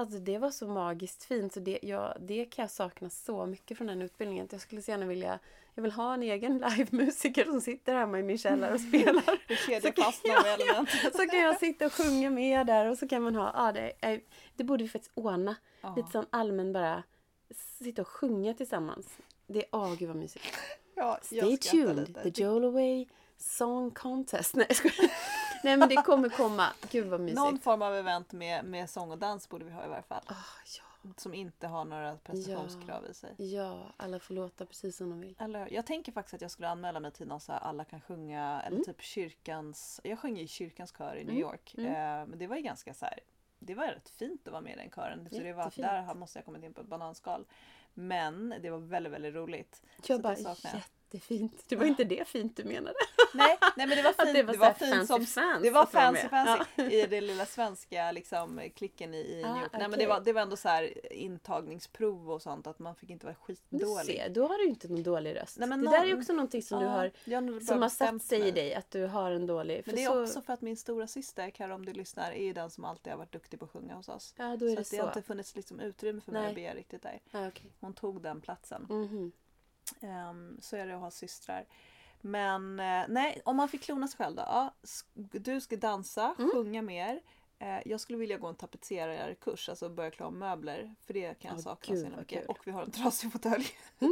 Alltså det var så magiskt fint. Så det, ja, det kan jag sakna så mycket från den utbildningen. Att jag skulle så gärna vilja... Jag vill ha en egen livemusiker som sitter hemma i min källare och spelar. Du kedjar så, fast kan med jag, element. ja, så kan jag sitta och sjunga med där. Och så kan man ha... Ja, det, är- det borde vi faktiskt ordna. Ja. Lite sån allmän bara... Sitta och sjunga tillsammans. Det är... Åh, gud vad mysigt. Ja, jag Stay skrattar tuned. lite. The Joel Away Song Contest. Nej, jag skojar. Nej, men det kommer komma. Gud vad mysigt. Någon form av event med, med sång och dans borde vi ha i varje fall. Åh, ja. Som inte har några prestationskrav i sig. Ja, alla får låta precis som de vill. Eller, jag tänker faktiskt att jag skulle anmäla mig till någon så här alla kan sjunga, eller Mm. typ kyrkans, jag sjöng i kyrkans kör i New Mm, York. mm. Eh, men det var ju ganska så här, det var rätt fint att vara med i den kören. Så det var, Jättefint. där har- måste jag kommit in på ett bananskal. Men det var väldigt, väldigt roligt. Jag Så bara, det saknar jag. jättefint. Det var inte det fint du menade. Nej, nej men det var fint. det var det så var här fint fancy som fans det var att vara fancy med. fancy i det lilla svenska liksom klicken i, i Ah, New York. Nej men okej. det var, det var ändå så här intagningsprov och sånt att man fick inte vara Du skitdålig. ser, då har du inte någon dålig röst. Nej, men det någon- där är också någonting som du Ja, har, jag har bara som har bestämt satt sig i mig. dig, att du har en dålig. Men det är så, också för att min stora syster, Karo om du lyssnar, är ju den som alltid har varit duktig på att sjunga hos oss. Ja, då är Så det att det har så. inte funnits liksom utrymme för mig Nej. att be riktigt där. Ja, okej. Hon tog den platsen. Mhm. Ehm, så är det att ha systrar. Men eh, nej, om man fick klona sig själv då. Ja, sk- du ska dansa, Mm. sjunga mer. Eh, jag skulle vilja gå en tapetserarkurs, alltså börja klä om möbler. För det kan jag Åh, sakna gud, så himla vad mycket. kul. Och vi har en trasig fåtölj.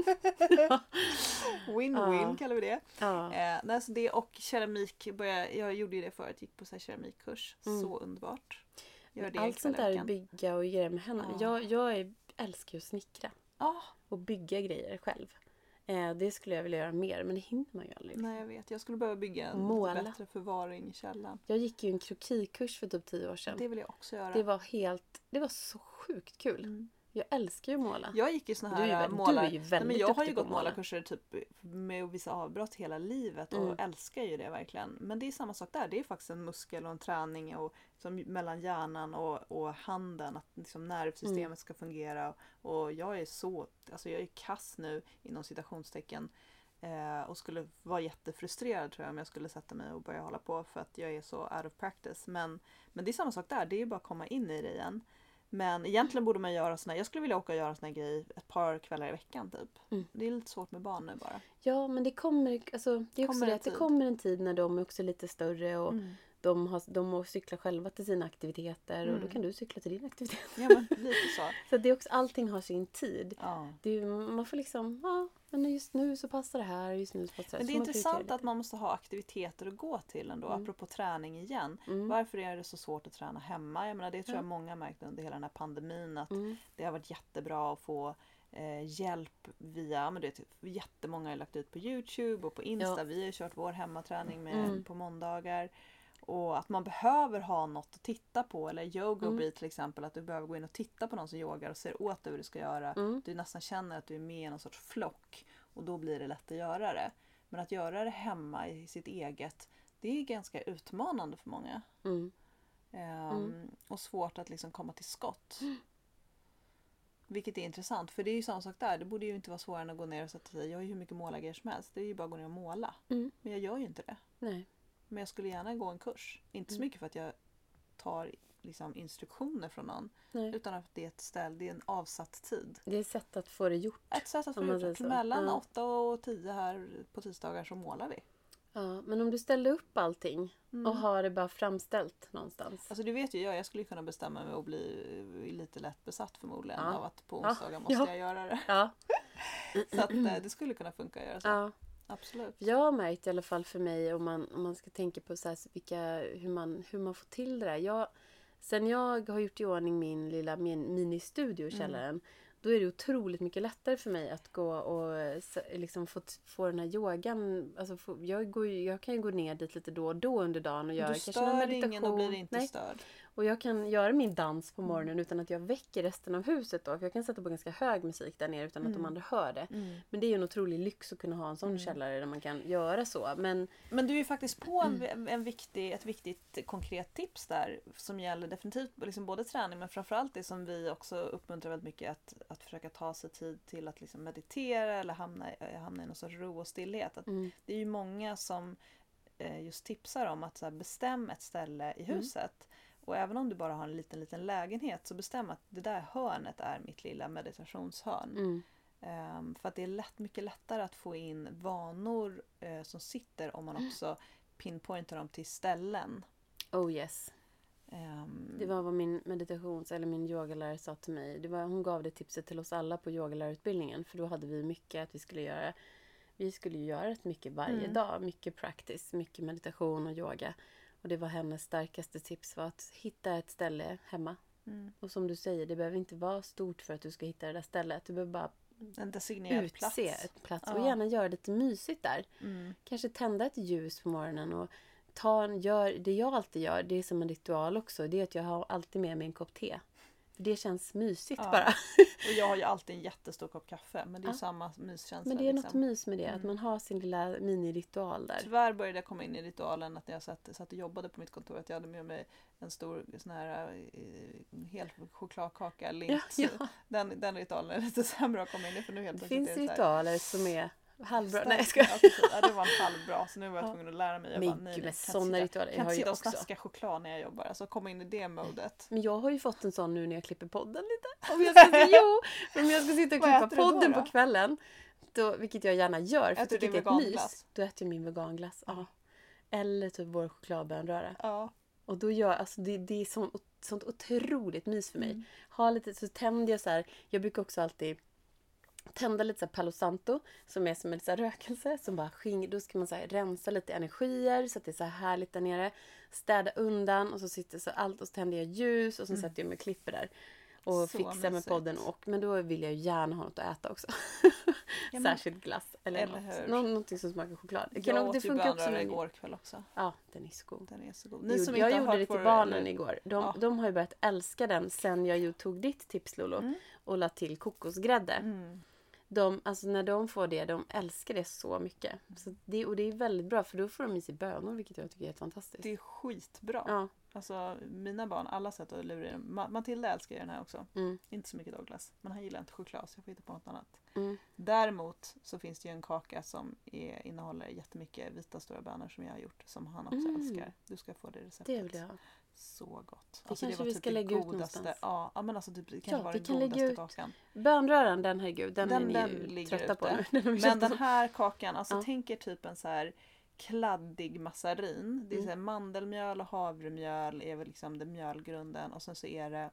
Win-win Ja. kallar vi det. Ja. Eh, nej, så det och keramik, börja, jag gjorde ju det förut, gick på så här keramikkurs. Mm. Så underbart. Gör det Allt kväll i sånt där veckan. bygga och grejer med händerna. Ja. Jag, jag är, älskar ju att snickra Ah, och bygga grejer själv. Eh, det skulle jag vilja göra mer, men det hinner man ju aldrig. nej jag vet, jag skulle behöva bygga en Måla. lite bättre förvaring i källaren. Jag gick ju en krokikurs för typ tio år sedan. Det vill jag också göra. Det var helt, det var så sjukt kul. Mm. Jag älskar ju att måla. Jag gick ju såna Du är ju här vä- målar... du är ju Nej, väldigt men jag har ju duktig på gått att måla. målarkurser typ med vissa avbrott hela livet och Mm. älskar ju det verkligen. Men det är samma sak där. Det är faktiskt en muskel och en träning och, som, mellan hjärnan och, och handen. Att liksom nervsystemet Mm. ska fungera. Och jag är så... Alltså jag är kass nu inom citationstecken. Eh, och skulle vara jättefrustrerad tror jag om jag skulle sätta mig och börja hålla på för att jag är så out of practice. Men, men det är samma sak där. Det är ju bara att komma in i det igen. Men egentligen borde man göra såna, jag skulle vilja åka och göra såna här grejer ett par kvällar i veckan typ. Mm. Det är lite svårt med barn nu bara. Ja, men det kommer, alltså, det är också Kommer det en att det tid. kommer en tid när de är också lite större och Mm. de, har, de må cykla själva till sina aktiviteter och Mm. då kan du cykla till din aktivitet. Ja men lite så. Så att det är också, allting har sin tid. Ja. Det är, ju- man får liksom, ja, men just nu så passar det här, just nu så passar det. Men det Så är får man intressant prioritera att man måste ha aktiviteter att gå till ändå, Mm. apropå träning igen. Mm. Varför är det så svårt att träna hemma? Jag menar, det tror Ja. jag många har märkt under hela den här pandemin att Mm. det har varit jättebra att få eh, hjälp via, men det är typ, jättemånga har lagt ut på YouTube och på Insta. Ja. Vi har ju kört vår hemmaträning med, Mm. på måndagar. Och att man behöver ha något att titta på. Eller yoga Mm. Beat till exempel. Att du behöver gå in och titta på någon som yogar och ser åt dig vad du ska göra. Mm. Du nästan känner att du är med i någon sorts flock. Och då blir det lätt att göra det. Men att göra det hemma i sitt eget. Det är ganska utmanande för många. Mm. Ehm, Mm. Och svårt att liksom komma till skott. Vilket är intressant. För det är ju samma sak där. Det borde ju inte vara svårare än att gå ner och sätta sig. Jag har ju hur mycket målargrejer som helst. Det är ju bara att gå ner och måla. Mm. Men jag gör ju inte det. Nej. Men jag skulle gärna gå en kurs. Inte så Mm. mycket för att jag tar liksom, instruktioner från någon. Nej. Utan att det är ett ställ, det är en avsatt tid. Det är ett sätt att få det gjort. Ett sätt att få Om man gjort det. säger så. Mellan Ja. åtta och tio här på tisdagar så målar vi. Ja, men om du ställde upp allting Mm. och har det bara framställt någonstans. Alltså du vet ju jag, jag skulle kunna bestämma mig och bli lite lätt besatt förmodligen Ja. av att på Ja. onsdagar måste Ja. jag göra det. Ja. Så att eh, det skulle kunna funka att göra så. Ja. Absolut. Jag har märkt i alla fall för mig om man, om man ska tänka på så här, vilka, hur, man, hur man får till det där. Jag, sen jag har gjort i ordning min lilla min, ministudio i Mm. källaren. Då är det otroligt mycket lättare för mig att gå och s- liksom få, få den här yogan. Alltså få, jag, går, ju- jag kan ju gå ner dit lite då och då under dagen och göra Du kanske stör någon meditation. ingen och blir inte Nej. störd. Och jag kan göra min dans på morgonen utan att jag väcker resten av huset då. För jag kan sätta på ganska hög musik där nere utan att Mm. de andra hör det. Mm. Men det är ju en otrolig lyx att kunna ha en sån Mm. källare där man kan göra så. Men Men du är ju faktiskt på en, en viktig, ett viktigt konkret tips där som gäller definitivt liksom både träning men framförallt det som vi också uppmuntrar väldigt mycket att, att försöka ta sig tid till att liksom meditera eller hamna, i- hamna i någon sorts ro och stillhet. Att mm, det är ju många som eh, just tipsar om att så här, bestäm ett ställe i Mm. huset Och även om du bara har en liten, liten lägenhet så bestäm att det där hörnet är mitt lilla meditationshörn. Mm. Um, för att det är lätt, mycket lättare att få in vanor uh, som sitter om man också pinpointar dem till ställen. Oh yes. Um, Det var vad min meditations- eller min yogalärare sa till mig. Det var, hon gav det tipset till oss alla på yogalärarutbildningen. För då hade vi mycket att vi skulle göra. Vi skulle ju göra rätt mycket varje Mm. dag. Mycket practice, mycket meditation och yoga. Och det var hennes starkaste tips var att hitta ett ställe hemma. mm. Och som du säger, det behöver inte vara stort för att du ska hitta det där stället. Du behöver bara En designerad utse plats. ett plats. Ja. Och gärna göra det lite mysigt där. Mm. Kanske tända ett ljus på morgonen och ta en, gör, det jag alltid gör, det är som en ritual också, det är att jag har alltid med mig en kopp te. För det känns mysigt Ja. bara. Och jag har ju alltid en jättestor kopp kaffe, men det är ju Ja. samma myskänsla. Men det är liksom. något mys med det, att Mm. man har sin lilla miniritual där. Tyvärr började jag komma in i ritualen att när jag satt, satt och jobbade på mitt kontor att jag hade med mig en stor sån här eh, hel chokladkaka, lint. Ja, ja. Den, den ritualen är lite sämre att komma in i för nu helt Det plötsligt finns är det så här- ritualer som är halvbra. Nej, jag Stark- ska. ja, precis. Ja, det var en halvbra så nu var jag Ja. tvungen att lära mig. Jag Men bara, nej, gud, nej, men kan såna inte sitta, ritualer kan har inte jag sitta och också. snaska choklad när jag jobbar. Alltså komma in i det modet. Men jag har ju fått en sån nu när jag klipper podden lite. Om jag ska, jo, om jag ska sitta och Vad klippa äter du då, podden då? på kvällen, då, vilket jag gärna gör, för jag Äter du tycker din det är ett veganglass? mys. Då äter jag min veganglass. Ja. Eller typ vår chokladbönröra. Ja. Och då gör, alltså det, det är sånt, sånt otroligt mys för mig. Mm. Ha lite, så tänder jag så här, jag brukar också alltid tända lite så här Palo Santo som är som en så här rökelse som bara skingrar. Då ska man så här rensa lite energier så att det är så här härligt där nere. Städa undan och så sitter så allt och så tänder jag ljus och så Mm. sätter jag mig och klipper där. Och Så fixar med mysigt. podden. Och, men då vill jag ju gärna ha något att äta också. men- Särskilt glass eller, Eller något. hur? Nå, någonting som smakar choklad. Det, Jag kan, nog- åt det ju funkar också bönröra med igår kväll också. Ja, den är så god. Den är så god. Jag gjorde, jag gjorde det till vår- barnen eller- igår. De, Ja. de har ju börjat älska den sen jag ju tog ditt tips, Lolo. Mm. Och la till kokosgrädde. Mm. De, alltså när de får det, de älskar det så mycket. Så det, och det är väldigt bra för då får de i sig bönor, vilket jag tycker är helt fantastiskt. Det är skitbra. Ja, Alltså mina barn, alla sätt att lura i den. Ma- Matilda älskar ju den här också. mm, Inte så mycket Douglas. Men han gillar inte choklad så jag får hitta på något annat. mm. Däremot så finns det ju en kaka som är, innehåller jättemycket vita stora bönor som jag har gjort. Som han också Mm. älskar. Du ska få det receptet. Det vill jag ha. Så gott. Det kanske vi ska det lägga ut godaste. någonstans. Ja, ja men alltså typ, det kanske Ja, var vi den kan lägga godaste ut. kakan. Bönröran, den herregud, den, Den- är ni den ju ligger trötta på ute. nu. Den har vi Men köpt den oss. här kakan, alltså Ja. tänk er typ en så här kladdig massarin. Det är Mm. så här mandelmjöl och havremjöl är väl liksom det mjölgrunden och sen så är det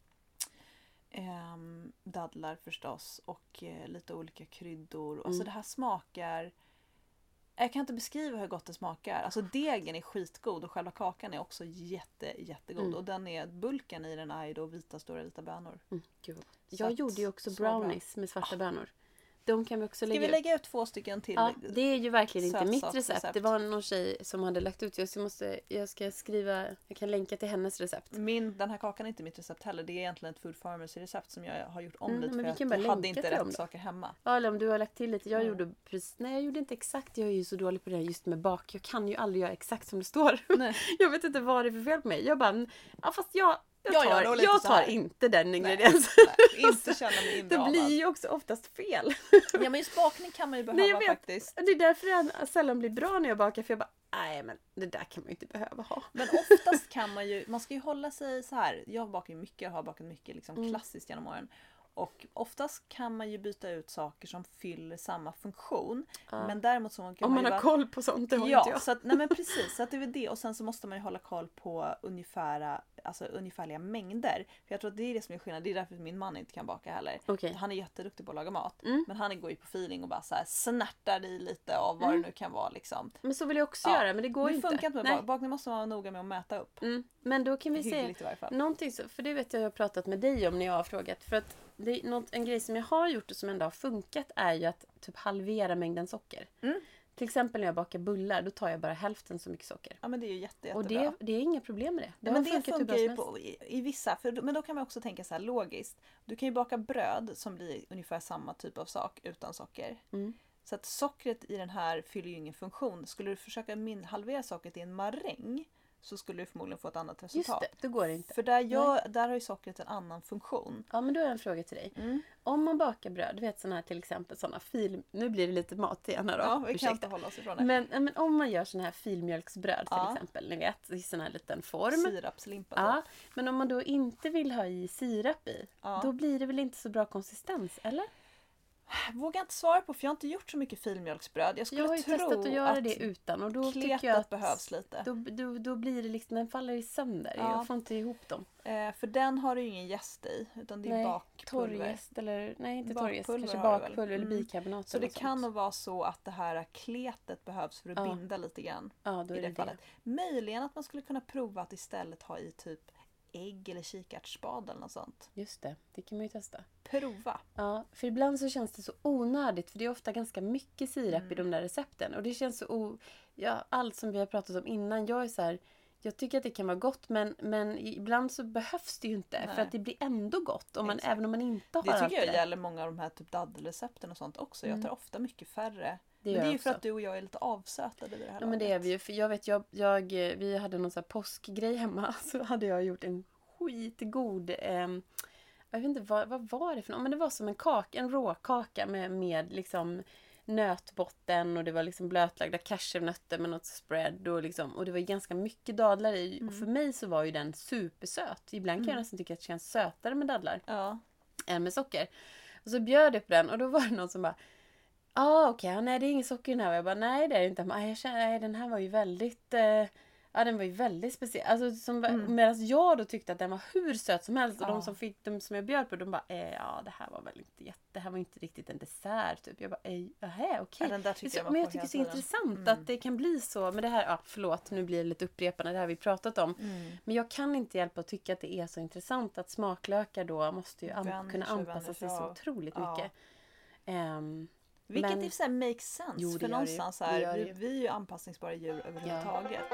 ehm, dadlar förstås och eh, lite olika kryddor. Alltså Mm. det här smakar jag kan inte beskriva hur gott det smakar. Alltså degen är skitgod och själva kakan är också jätte, jättegod. Mm. Och den är, bulken i den är ju då vita, stora vita bönor. Mm, gud. vad- Så Jag att- gjorde ju också så bra. brownies med svarta bönor. De kan vi också Ska lägga vi ut. lägga ut två stycken till? Ja, det är ju verkligen inte mitt Sötsaksrecept. recept. Det var någon tjej som hade lagt ut. Jag, måste, jag ska skriva, jag kan länka till hennes recept. Min, den här kakan är inte mitt recept heller. Det är egentligen ett Food Pharmacy recept som jag har gjort om Mm, lite men för vi kan att bara jag hade länka inte till rätt dem då. saker hemma. Ja, eller om du har lagt till lite. Jag Mm. gjorde precis, nej jag gjorde inte exakt. Jag är ju så dålig på det här just med bak. Jag kan ju aldrig göra exakt som det står. Nej. Jag vet inte vad det är för fel på mig. Jag bara, ja fast jag, jag Jag tar, gör nog lite jag så tar här. inte den Nej, ingrediensen. nej, inte känna mig Det inramad. blir ju också oftast fel. Ja men just bakning kan man ju behöva Nej, jag vet. faktiskt. Det är därför det sällan blir bra när jag bakar. För jag bara, nej men det där kan man ju inte behöva ha. Men oftast kan man ju, man ska ju hålla sig så här. Jag bakar ju mycket, jag har bakat mycket liksom Mm. klassiskt genom åren. Och oftast kan man ju byta ut saker som fyller samma funktion. Ja. Men däremot så kan Om man ju har bara- koll på sånt, det har inte Ja, jag. så att, nej men precis. Så att det är väl det. Och sen så måste man ju hålla koll på ungefära, alltså ungefärliga mängder. För jag tror att det är det som är skillnaden. Det är därför min man inte kan baka heller. Okej. Han är jätteduktig på att laga mat. Mm. Men han går ju på feeling och bara så här snärtar i lite av vad Mm. det nu kan vara liksom. Men så vill jag också Ja, göra, men det går Det ju inte. funkar inte med Nej. bak- bakning. Måste man vara noga med att mäta upp. Mm. Men då kan vi se Hyggligt i varje fall. någonting så, för det vet jag jag har pratat med dig om när jag har frågat. För att det är något, en grej som jag har gjort och som ändå har funkat är ju att typ halvera mängden socker. Mm. Till exempel när jag bakar bullar, då tar jag bara hälften så mycket socker. Ja men det är ju jätte, Och jättebra. det, det är inga problem med det. Det Ja, har men det funkat hur bra funkar ju som helst. på, i, i vissa, för, men då kan man också tänka så här logiskt. Du kan ju baka bröd som blir ungefär samma typ av sak utan socker. Mm. Så att sockret i den här fyller ju ingen funktion. Skulle du försöka min, halvera sockret i en maräng så skulle du förmodligen få ett annat Just resultat. det, då går det inte. För där, gör, där har ju sockret en annan funktion. Ja, men då har jag en fråga till dig. Mm. Om man bakar bröd, du vet sådana här till exempel sådana fil... Nu blir det lite mat igen här då. Ja, vi kan ursäkta. inte hålla oss ifrån det. Men, men om man gör sådana här filmjölksbröd till Ja. exempel, ni vet, i sån här liten form. Sirapslimpa. Ja, men om man då inte vill ha i sirap i, Ja. då blir det väl inte så bra konsistens, eller? Vågar inte svara på, för jag har inte gjort så mycket filmjölksbröd. Jag skulle Jag har ju tro testat att göra att det utan och då tycker kletet jag att behövs lite. Då, då, då blir det liksom, den faller i sönder. Ja. Jag får inte ihop dem. Eh, för den har du ju ingen jäst i, utan det är Nej, bakpulver. torrjäst eller, nej inte Bakpulver torrjäst, kanske har du väl? bakpulver eller Mm. bikarbonat. Så eller det något kan sånt. nog vara så att det här kletet behövs för att Ja. binda lite grann. Ja, då I är det, det fallet. Möjligen att man skulle kunna prova att istället ha i typ ägg eller kikärtsspad eller något sånt. Just det, det kan man ju testa. Prova. Ja, för ibland så känns det så onödigt. För det är ofta ganska mycket sirap Mm. i de där recepten. Och det känns så o... Ja, allt som vi har pratat om innan. Jag är så här... Jag tycker att det kan vara gott, men, men ibland så behövs det ju inte. Nej. För att det blir ändå gott, om man, Exakt. även om man inte har Det allt tycker jag det. gäller många av de här typ daddelrecepten och sånt också. Jag Mm. tar ofta mycket färre. Det Men gör det är jag ju för också. att du och jag är lite avsötade vid det här Ja, men det är vi ju. För jag vet, jag, jag, vi hade någon sån här påskgrej hemma. Så hade jag gjort en skitgod... Eh, jag vet inte, vad, vad var det för något? Men det var som en kaka, en råkaka med, med liksom nötbotten och det var liksom blötlagda cashewnötter med något spread och liksom, och det var ju ganska mycket dadlar i. Mm. Och för mig så var ju den supersöt. Ibland kan jag Mm. nästan tycka att det känns sötare med dadlar Ja. än med socker. Och så bjöd jag på den och då var det någon som bara ah, okej, okay, nej det är ingen socker i den här. Och jag bara, nej det är det inte. Men, jag känner, nej, den här var ju väldigt, eh, ja den var ju väldigt speciell. Alltså, som, Mm. medan jag då tyckte att den var hur söt som helst. Och Ja. de som fick dem som jag bjöd på, de bara, eh, ja det här var väl inte jätte, det här var inte riktigt en dessert. Typ. Jag bara, eh, jaha, okej. Ja, den där Det är tycker så- jag man Men jag får tycker det är så hela tiden. intressant Mm. att det kan bli så. Men det här, ja förlåt, nu blir det lite upprepande, det här har vi pratat om. Mm. Men jag kan inte hjälpa att tycka att det är så intressant att smaklökar då måste ju an- Vänjer kunna sig, anpassa vänjer sig sig så av. otroligt Ja. mycket. Ehm, Vilket Men- i och för sig makes sense. Jo, det för gör någonstans det så ju. Det här, gör vi, det ju. vi är ju anpassningsbara djur överhuvudtaget.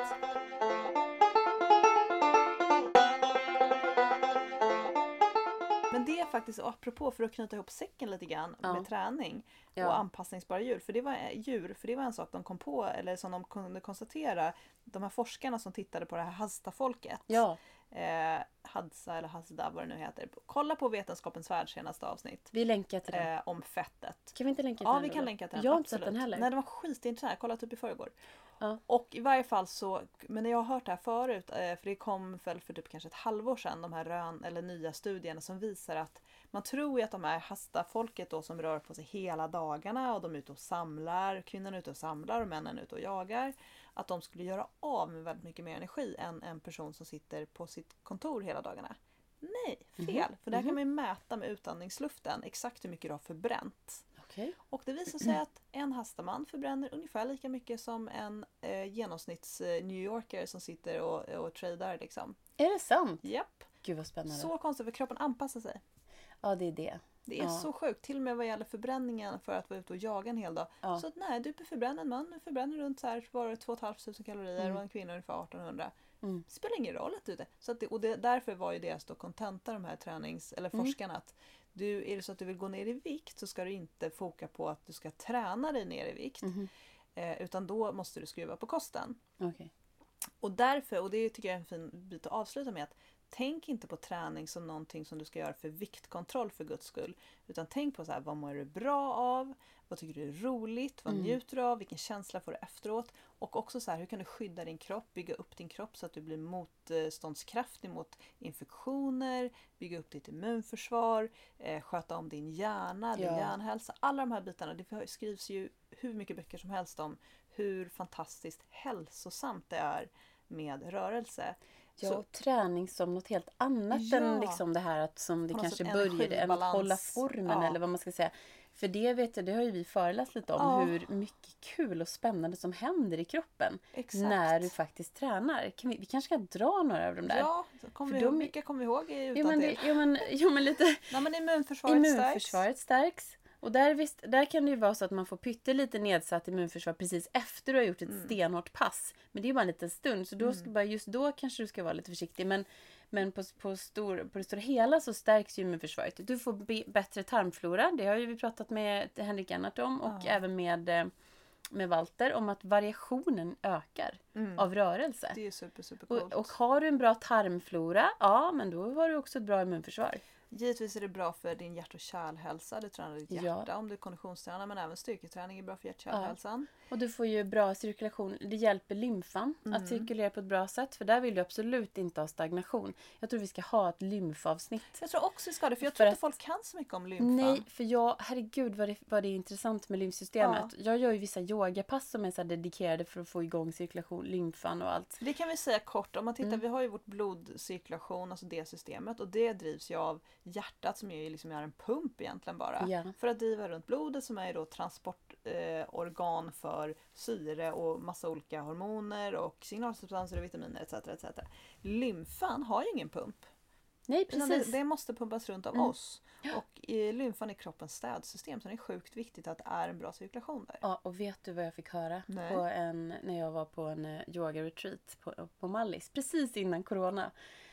Men det är faktiskt, apropå för att knyta ihop säcken lite grann Ja. med träning Ja. och anpassningsbara djur. För det var djur, för det var en sak de kom på, eller som de kunde konstatera, de här forskarna som tittade på det här Hasta-folket. Ja, Eh, Hadza eller Hazda, vad det nu heter. Kolla på Vetenskapens värld senaste avsnitt. vi länkar till den. Eh, om fettet. Kan vi inte länka till Ja, den vi då kan då? länka till den. Jag har inte absolut. sett den heller. Nej, den var skitintressant. Jag kollade typ i förrgår. Ja. Och i varje fall så, men jag har hört det här förut, eh, för det kom väl för typ kanske ett halvår sedan, de här rön, eller nya studierna som visar att man tror ju att de här Hasta-folket då som rör på sig hela dagarna och de är ute och samlar, kvinnorna är ute och samlar och männen är ute och jagar, att de skulle göra av med väldigt mycket mer energi än en person som sitter på sitt kontor hela dagarna. Nej, fel! Mhm. För där Mhm. kan man ju mäta med utandningsluften exakt hur mycket du har förbränt. Okej. Och det visar sig att en hastaman förbränner ungefär lika mycket som en eh, genomsnitts eh, New Yorker som sitter och, och tradar liksom. Är det sant? Japp, Gud vad spännande. så konstigt för kroppen anpassar sig. Ja, det är det. Det är Ja. så sjukt, till och med vad gäller förbränningen för att vara ute och jaga en hel dag. Ja. Så att nej, du förbränner en man, du förbränner runt så här, var det två tusen femhundra kalorier Mm. och en kvinna ungefär artonhundra. Mm. Det spelar ingen roll att du är det. Så att det, och det, därför var ju deras då kontenta, de här tränings, eller Mm. forskarna, att du, är det så att du vill gå ner i vikt så ska du inte foka på att du ska träna dig ner i vikt. Mhm. Eh, utan då måste du skruva på kosten. Okej. Och därför, och det tycker jag är en fin bit att avsluta med, att tänk inte på träning som någonting som du ska göra för viktkontroll för guds skull. Utan tänk på så här, vad mår du bra av? Vad tycker du är roligt? Vad Mm. njuter du av? Vilken känsla får du efteråt? Och också så här, hur kan du skydda din kropp? Bygga upp din kropp så att du blir motståndskraftig mot infektioner. Bygga upp ditt immunförsvar. Eh, sköta om din hjärna, din Ja. hjärnhälsa. Alla de här bitarna. Det skrivs ju hur mycket böcker som helst om hur fantastiskt hälsosamt det är med rörelse. Ja, Så- och träning som något helt annat Ja. än liksom det här att som det På något kanske sätt började, än att energibalans. hålla formen Ja. eller vad man ska säga. För det vet jag, det har ju vi föreläst lite om, Ja. hur mycket kul och spännande som händer i kroppen Exakt. när du faktiskt tränar. Kan vi, vi kanske ska dra några av dem där? Ja, så kommer För vi, de- vilka kommer vi ihåg utan Jo men, det, till? jo, men, jo, men lite Nej, men immunförsvaret, immunförsvaret stärks. Och där, visst, där kan det ju vara så att man får pyttelite nedsatt immunförsvar precis efter du har gjort ett Mm. stenhårt pass. Men det är ju bara en liten stund, så då ska, Mm. bara, just då kanske du ska vara lite försiktig. Men, men på, på, stor, på det stora hela så stärks ju immunförsvaret. Du får be, bättre tarmflora, det har ju vi pratat med Henrik Ennart om. Och Ja. även med med Walter om att variationen ökar Mm. av rörelse. Det är super, super coolt. Och, och har du en bra tarmflora, ja men då har du också ett bra immunförsvar. Givetvis är det bra för din hjärt- och kärlhälsa. Du tränar ditt Ja. hjärta om du konditionstränar, men även styrketräning är bra för hjärt- och kärlhälsan. Och du får ju bra cirkulation. Det hjälper lymfan Mm. att cirkulera på ett bra sätt. För där vill du absolut inte ha stagnation. Jag tror vi ska ha ett lymfavsnitt. Jag tror också vi ska det, för jag För tror inte att- folk kan så mycket om lymfan. Nej, för jag, herregud vad det, vad det är intressant med lymfsystemet. Jag gör ju vissa yogapass som är så här dedikerade för att få igång cirkulation, lymfan och allt. Det kan vi säga kort. Om man tittar, Mm. vi har ju vårt blodcirkulation, alltså det systemet. Och det drivs ju av hjärtat som är, liksom är en pump egentligen bara. Ja. För att driva runt blodet, som är då transportorgan eh, organ för syre och massa olika hormoner och signalsubstanser och vitaminer et cetera et cetera. Lymfan har ju ingen pump. Nej, Utan precis. Det, det måste pumpas runt av Mm. oss. Och i lymfan är kroppens städsystem, så det är sjukt viktigt att det är en bra cirkulation där. Ja, och vet du vad jag fick höra Nej. på en, när jag var på en eh, yoga-retreat på, på Mallis, precis innan corona.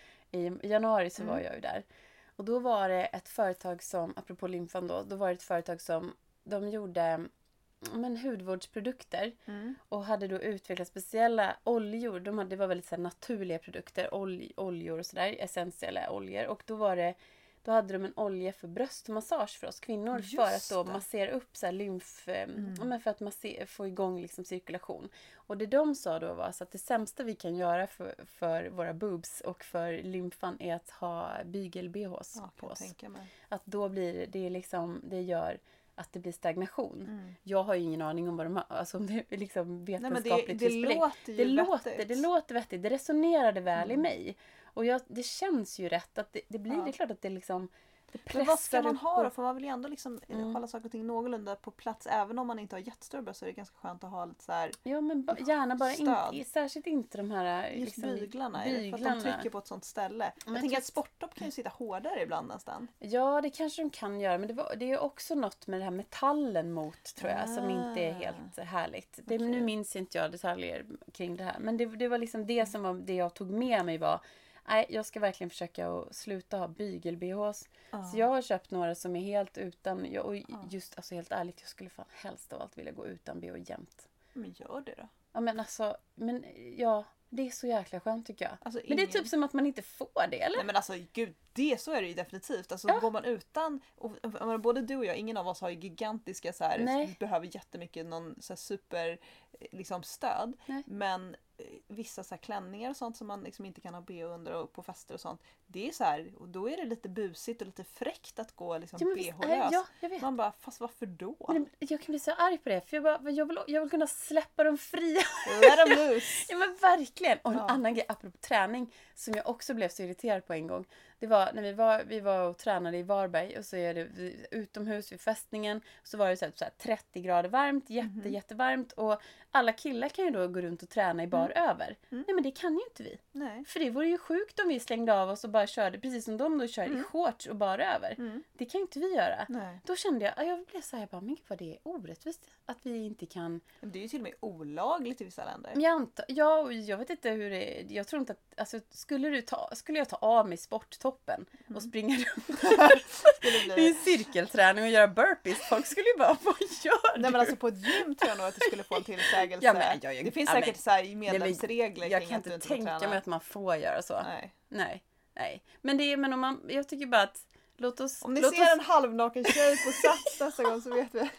I januari så Mm. var jag ju där. Och då var det ett företag som, apropå lymfan då, då var det ett företag som, de gjorde men, hudvårdsprodukter Mm. och hade då utvecklat speciella oljor. De hade, det var väldigt så här, naturliga produkter, olj, oljor och sådär, essentiella oljor. Och då var det, då hade de en olja för bröstmassage för oss kvinnor. Just för att då det. massera upp så här, lymf, eh, Mm. ja, men för att massera, få igång liksom, cirkulation. Och det de sa då var så att det sämsta vi kan göra för, för våra boobs och för lymfan är att ha bygel-B Hs Ja, på kan oss. tänka mig. Att då blir det, det är liksom, det gör att det blir stagnation. Mm. Jag har ju ingen aning om vad de har, alltså om det är liksom Nej, men vetenskapligt det, det belagt. låter ju Det låter, vettigt. det låter vettigt. Det resonerade väl Mm. i mig. Och jag, det känns ju rätt att det, det blir, Ja. det är klart att det liksom det pressar Men vad ska man upp ha då? och- För man vill ju ändå liksom eh, Mm. hålla saker och ting någorlunda på plats. Även om man inte har jättestora bröst, så är det ganska skönt att ha lite så här. Ja men ba, gärna bara Stöd. inte, särskilt inte de här Just liksom, byglarna, är det för att de byglarna. trycker på ett sånt ställe. Men jag jag tänker tror att sporttopp kan ju sitta hårdare ibland nästan. Ja, det kanske de kan göra. Men det, var, det är också något med det här metallen mot, tror jag, som inte är Ah. helt härligt. Det, Okej. Nu minns inte jag detaljer kring det här. Men det, det var liksom det som var, det jag tog med mig var, nej, jag ska verkligen försöka att sluta ha bygel-B Hs. Ja. Så jag har köpt några som är helt utan, jag, och Ja. just alltså helt ärligt, jag skulle fan helst av allt vilja gå utan B H jämt. Men gör det då. Ja men alltså, men ja, det är så jäkla skönt tycker jag. Alltså, Men det är ingen- typ som att man inte får det, eller? Nej men alltså gud, det så är det ju definitivt. Alltså Ja. går man utan, och, jag menar, både du och jag, ingen av oss har ju gigantiska så här, Nej. vi behöver jättemycket någon så här, super eh, liksom stöd. Nej. Men eh, vissa så här, klänningar och sånt som man liksom inte kan ha B H under och på fester och sånt. Det är så här, och då är det lite busigt och lite fräckt att gå liksom Ja, men visst, B H-lös. ja, jag vet. Man bara, fast varför då? Men jag kan bli så arg på det. För jag, bara, jag, vill, jag vill kunna släppa dem fria. Let them loose! Ja men verkligen. Och en Ja. annan grej apropå träning som jag också blev så irriterad på en gång. Det var när vi var, vi var och tränade i Varberg och så är det vi- utomhus vid fästningen. Så var det så här, så här trettio grader varmt, jätte, Mhm. jättevarmt. Och alla killar kan ju då gå runt och träna i bar över. Mm. Nej men det kan ju inte vi. Nej. För det vore ju sjukt om vi slängde av oss och bara körde precis som de då kör i Mm. shorts och bar över. Mm. Det kan ju inte vi göra. Nej. Då kände jag, jag blev så här, jag bara, men gud vad det är orättvist att vi inte kan. Men det är ju till och med olagligt i vissa länder. Men jag antar, ja, och jag vet inte hur det är. Jag tror inte att, alltså skulle du ta, skulle jag ta av mig sporttoppen och springa runt Skulle i bli... en cirkelträning och göra burpees, folk skulle ju bara, vad gör du? Nej men alltså på ett gym tror jag nog att du skulle få en tillsägelse. Ja, men jag- jag- det finns ja, men- säkert så här medlemsregler jag kring kan att du inte inte får tänka träna. mig att man får göra så. Nej, Nej. nej. nej. Men det är, men om man, jag tycker bara att, låt oss, Om ni låt ser oss en halvnaken tjej på Sats nästa gång så vet vi.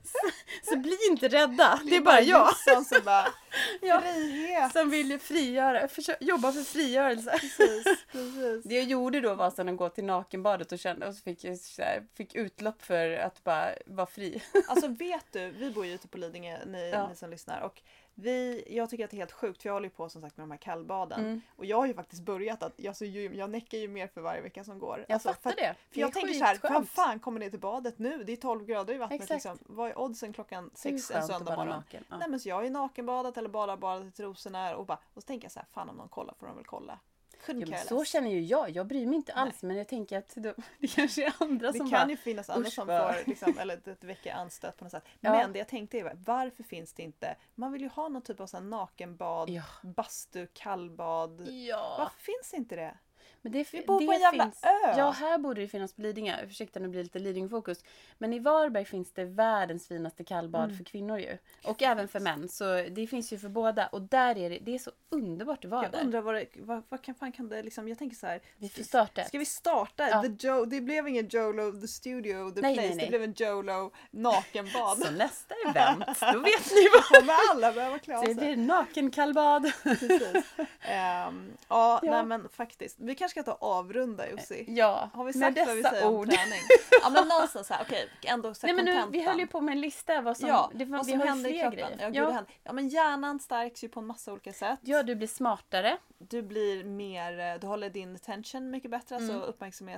så bli inte rädda. Det är bara jag Jossan som bara, Ja. frihet. som vill frigöra, försö- jobba för frigörelse. Precis, precis. Det jag gjorde då var sen att gå till nakenbadet och kände och så fick jag så här, fick utlopp för att bara vara fri. Alltså vet du, vi bor ju ute på Lidingö, ni, Ja. ni som lyssnar. Och vi, jag tycker att det är helt sjukt för jag håller ju på som sagt med de här kallbaden. Mm. Och jag har ju faktiskt börjat att, jag, så, ju- jag näckar ju mer för varje vecka som går. Jag Alltså, fattar för, det. För jag Det är tänker så här, skitskönt. vad fan kommer ner till badet nu? Det är tolv grader i vattnet Exakt. liksom. Vad är oddsen klockan Det är sex en skönt att söndag vara morgon? naken. Ja. Nej men så jag har ju nakenbadat eller bara badat i trosorna och bara, och så tänker jag så här, fan om någon kollar får de väl kolla. Couldn't Ja, men care så less. känner ju jag. Jag bryr mig inte alls. Men jag tänker att då, det kanske är andra Det som kan bara, ju finnas andra usch, som vad- får liksom, eller ett, ett vecka anstöt på något sätt. Ja. Men det jag tänkte är, varför finns det inte, man vill ju ha någon typ av så här nakenbad, Ja. bastu, kallbad. Ja. Varför finns inte det? Men det, Vi bor det på en jävla finns, ö. Ja, här borde det finnas på Lidingö. Ursäkta, nu blir det lite Lidingö-fokus. Men i Varberg finns det världens finaste kallbad Mm. för kvinnor ju. Och även för män. Så det finns ju för båda. Och där är det, det är så underbart att vara Jag där. undrar vad, det, vad, vad kan, fan kan det liksom, jag tänker så här. Vi får starta. Ska vi starta? Ja. The Jo, det blev ingen Jolo, the studio, the Nej, place. nej, nej. Det blev en Jolo nakenbad. Så nästa event, då vet ni vad. Då kommer alla behöva klä av Det sig. blir nakenkallbad. Precis. Ehm, ja, Ja. nej men faktiskt. Vi kanske ska ta och avrunda Jussi. Ja, Har vi med sagt vad vi dessa säger ord. om träning? Ja men någonstans så här, okej, ändå så här Nej, men nu, vi kontentan. höll ju på med en lista. Vad som, Ja, det, var- vad vi som har ju händer i fler kroppen. grejer. Ja, gud, Ja. det händer. Ja men hjärnan stärks ju på en massa olika sätt. Ja, du blir smartare. Du blir mer, eh, du håller din attention mycket bättre, Mm. alltså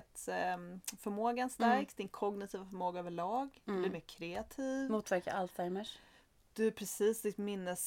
uppmärksamhetsförmågan stärks, din kognitiva förmåga överlag, du Mm. blir mer kreativ, Motverka Alzheimers. du precis, ditt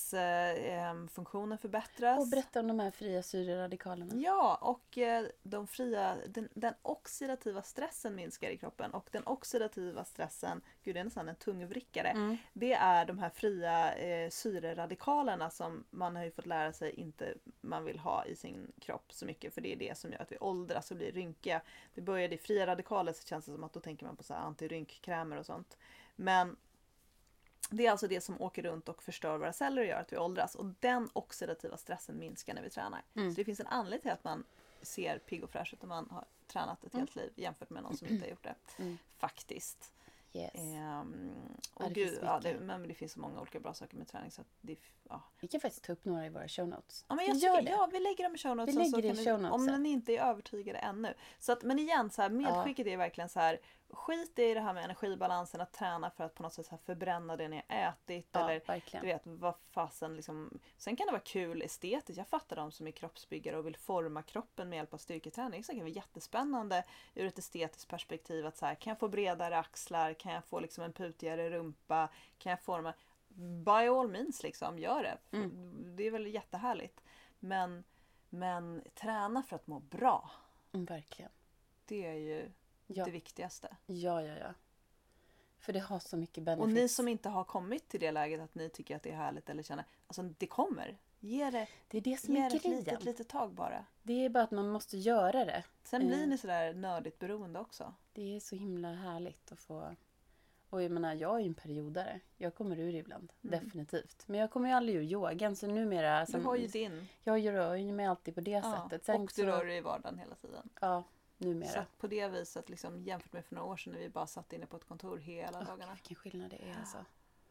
minnesfunktioner förbättras. Och berätta om de här fria syreradikalerna. Ja, och eh, de fria, den, den oxidativa stressen minskar i kroppen och den oxidativa stressen, gud det är nästan en tungvrickare, Mm. det är de här fria eh, syreradikalerna som man har ju fått lära sig inte man vill ha i sin kropp så mycket, för det är det som gör att vi åldras och blir rynkiga. Det började i fria radikaler så känns det som att då tänker man på så här antirynkkrämer och sånt. Men det är alltså det som åker runt och förstör våra celler och gör att vi åldras. Och den oxidativa stressen minskar när vi tränar. Mm. Så det finns en anledning till att man ser pigg och fräsch ut om man har tränat ett Mm. helt liv jämfört med någon som inte har gjort det. Mm. Faktiskt. Yes. Ehm, och Ja, det gud, finns ja, det, mycket. men det finns så många olika bra saker med träning så att det, ja. Vi kan faktiskt ta upp några i våra show notes. Ja, men jag Vi gör tycker, det. ja, vi lägger dem i show notes. Vi och så lägger det kan i ni- show notes Om sen. ni inte är övertygade ännu. Så att, men igen, så här, medskicket är verkligen så här, skit i det här med energibalansen, att träna för att på något sätt så här förbränna det ni har ätit. Ja, Eller verkligen. du vet, vad fasen liksom. Sen kan det vara kul estetiskt. Jag fattar de som är kroppsbyggare och vill forma kroppen med hjälp av styrketräning. Så det kan vara jättespännande ur ett estetiskt perspektiv. Att så här, kan jag få bredare axlar? Kan jag få liksom en putigare rumpa? Kan jag forma? By all means, liksom, gör det. Mm. Det är väl jättehärligt. Men, men träna för att må bra. Mm, verkligen. Det är ju Ja. det viktigaste. Ja, ja, ja. För det har så mycket benefits. Och ni som inte har kommit till det läget att ni tycker att det är härligt eller känner, alltså det kommer. Ge det, Det är det som ge är det ett grejen. litet, litet tag bara. Det är bara att man måste göra det. Sen blir Mm. ni sådär nördigt beroende också. Det är så himla härligt att få... Och jag menar, jag är ju en periodare. Jag kommer ur ibland, Mm. definitivt. Men jag kommer ju aldrig ur yogan, så numera... Du har ju din. Jag rör ju mig alltid på det Ja, sättet. Sen och så, du rör dig i vardagen hela tiden. Ja, Så numera. att på det viset, liksom, jämfört med för några år sedan när vi bara satt inne på ett kontor hela Åh, dagarna. vilken skillnad det är alltså.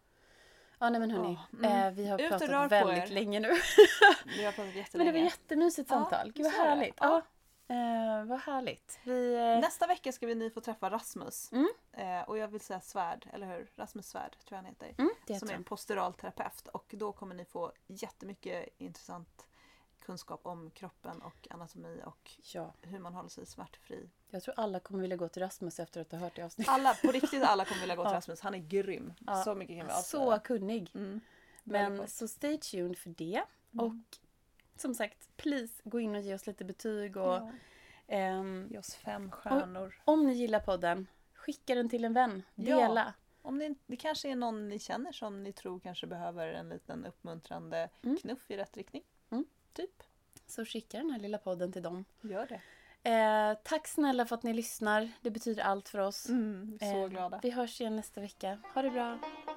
Ja, nej men hörni. Ja, mm. eh, vi har Ut och rör pratat på väldigt er. länge nu. Vi har pratat Men jättelänge. det var jättemysigt Ja, samtal. Gud vad så är det. härligt. Ja. Ja. Eh, vad härligt. Vi, eh, Nästa vecka ska vi ni få träffa Rasmus. Mm. Eh, och jag vill säga Svärd, eller hur? Rasmus Svärd tror jag han heter. mm, det Som heter är han. postural terapeut. Och då kommer ni få jättemycket intressant kunskap om kroppen och anatomi och Ja, hur man håller sig smärtfri. jag tror alla kommer vilja gå till Rasmus efter att ha hört det avsnittet. Alla, på riktigt alla kommer vilja gå till Ja. Rasmus. Han är grym. Ja. Så mycket kan vi Så avslöja. kunnig. Mm. Väldigt Men coolt. så stay tuned för det. Mm. Och som sagt, please gå in och ge oss lite betyg. Och, Ja. ehm, Ge oss fem stjärnor. om ni gillar podden, skicka den till en vän. Ja. Dela. Om ni, det kanske är någon ni känner som ni tror kanske behöver en liten uppmuntrande Mm. knuff i rätt riktning. Mm. Typ. Så skicka den här lilla podden till dem. Gör det. Eh, tack snälla för att ni lyssnar. Det betyder allt för oss. Mm, vi är så Eh, glada. Vi hörs igen nästa vecka. Ha det bra.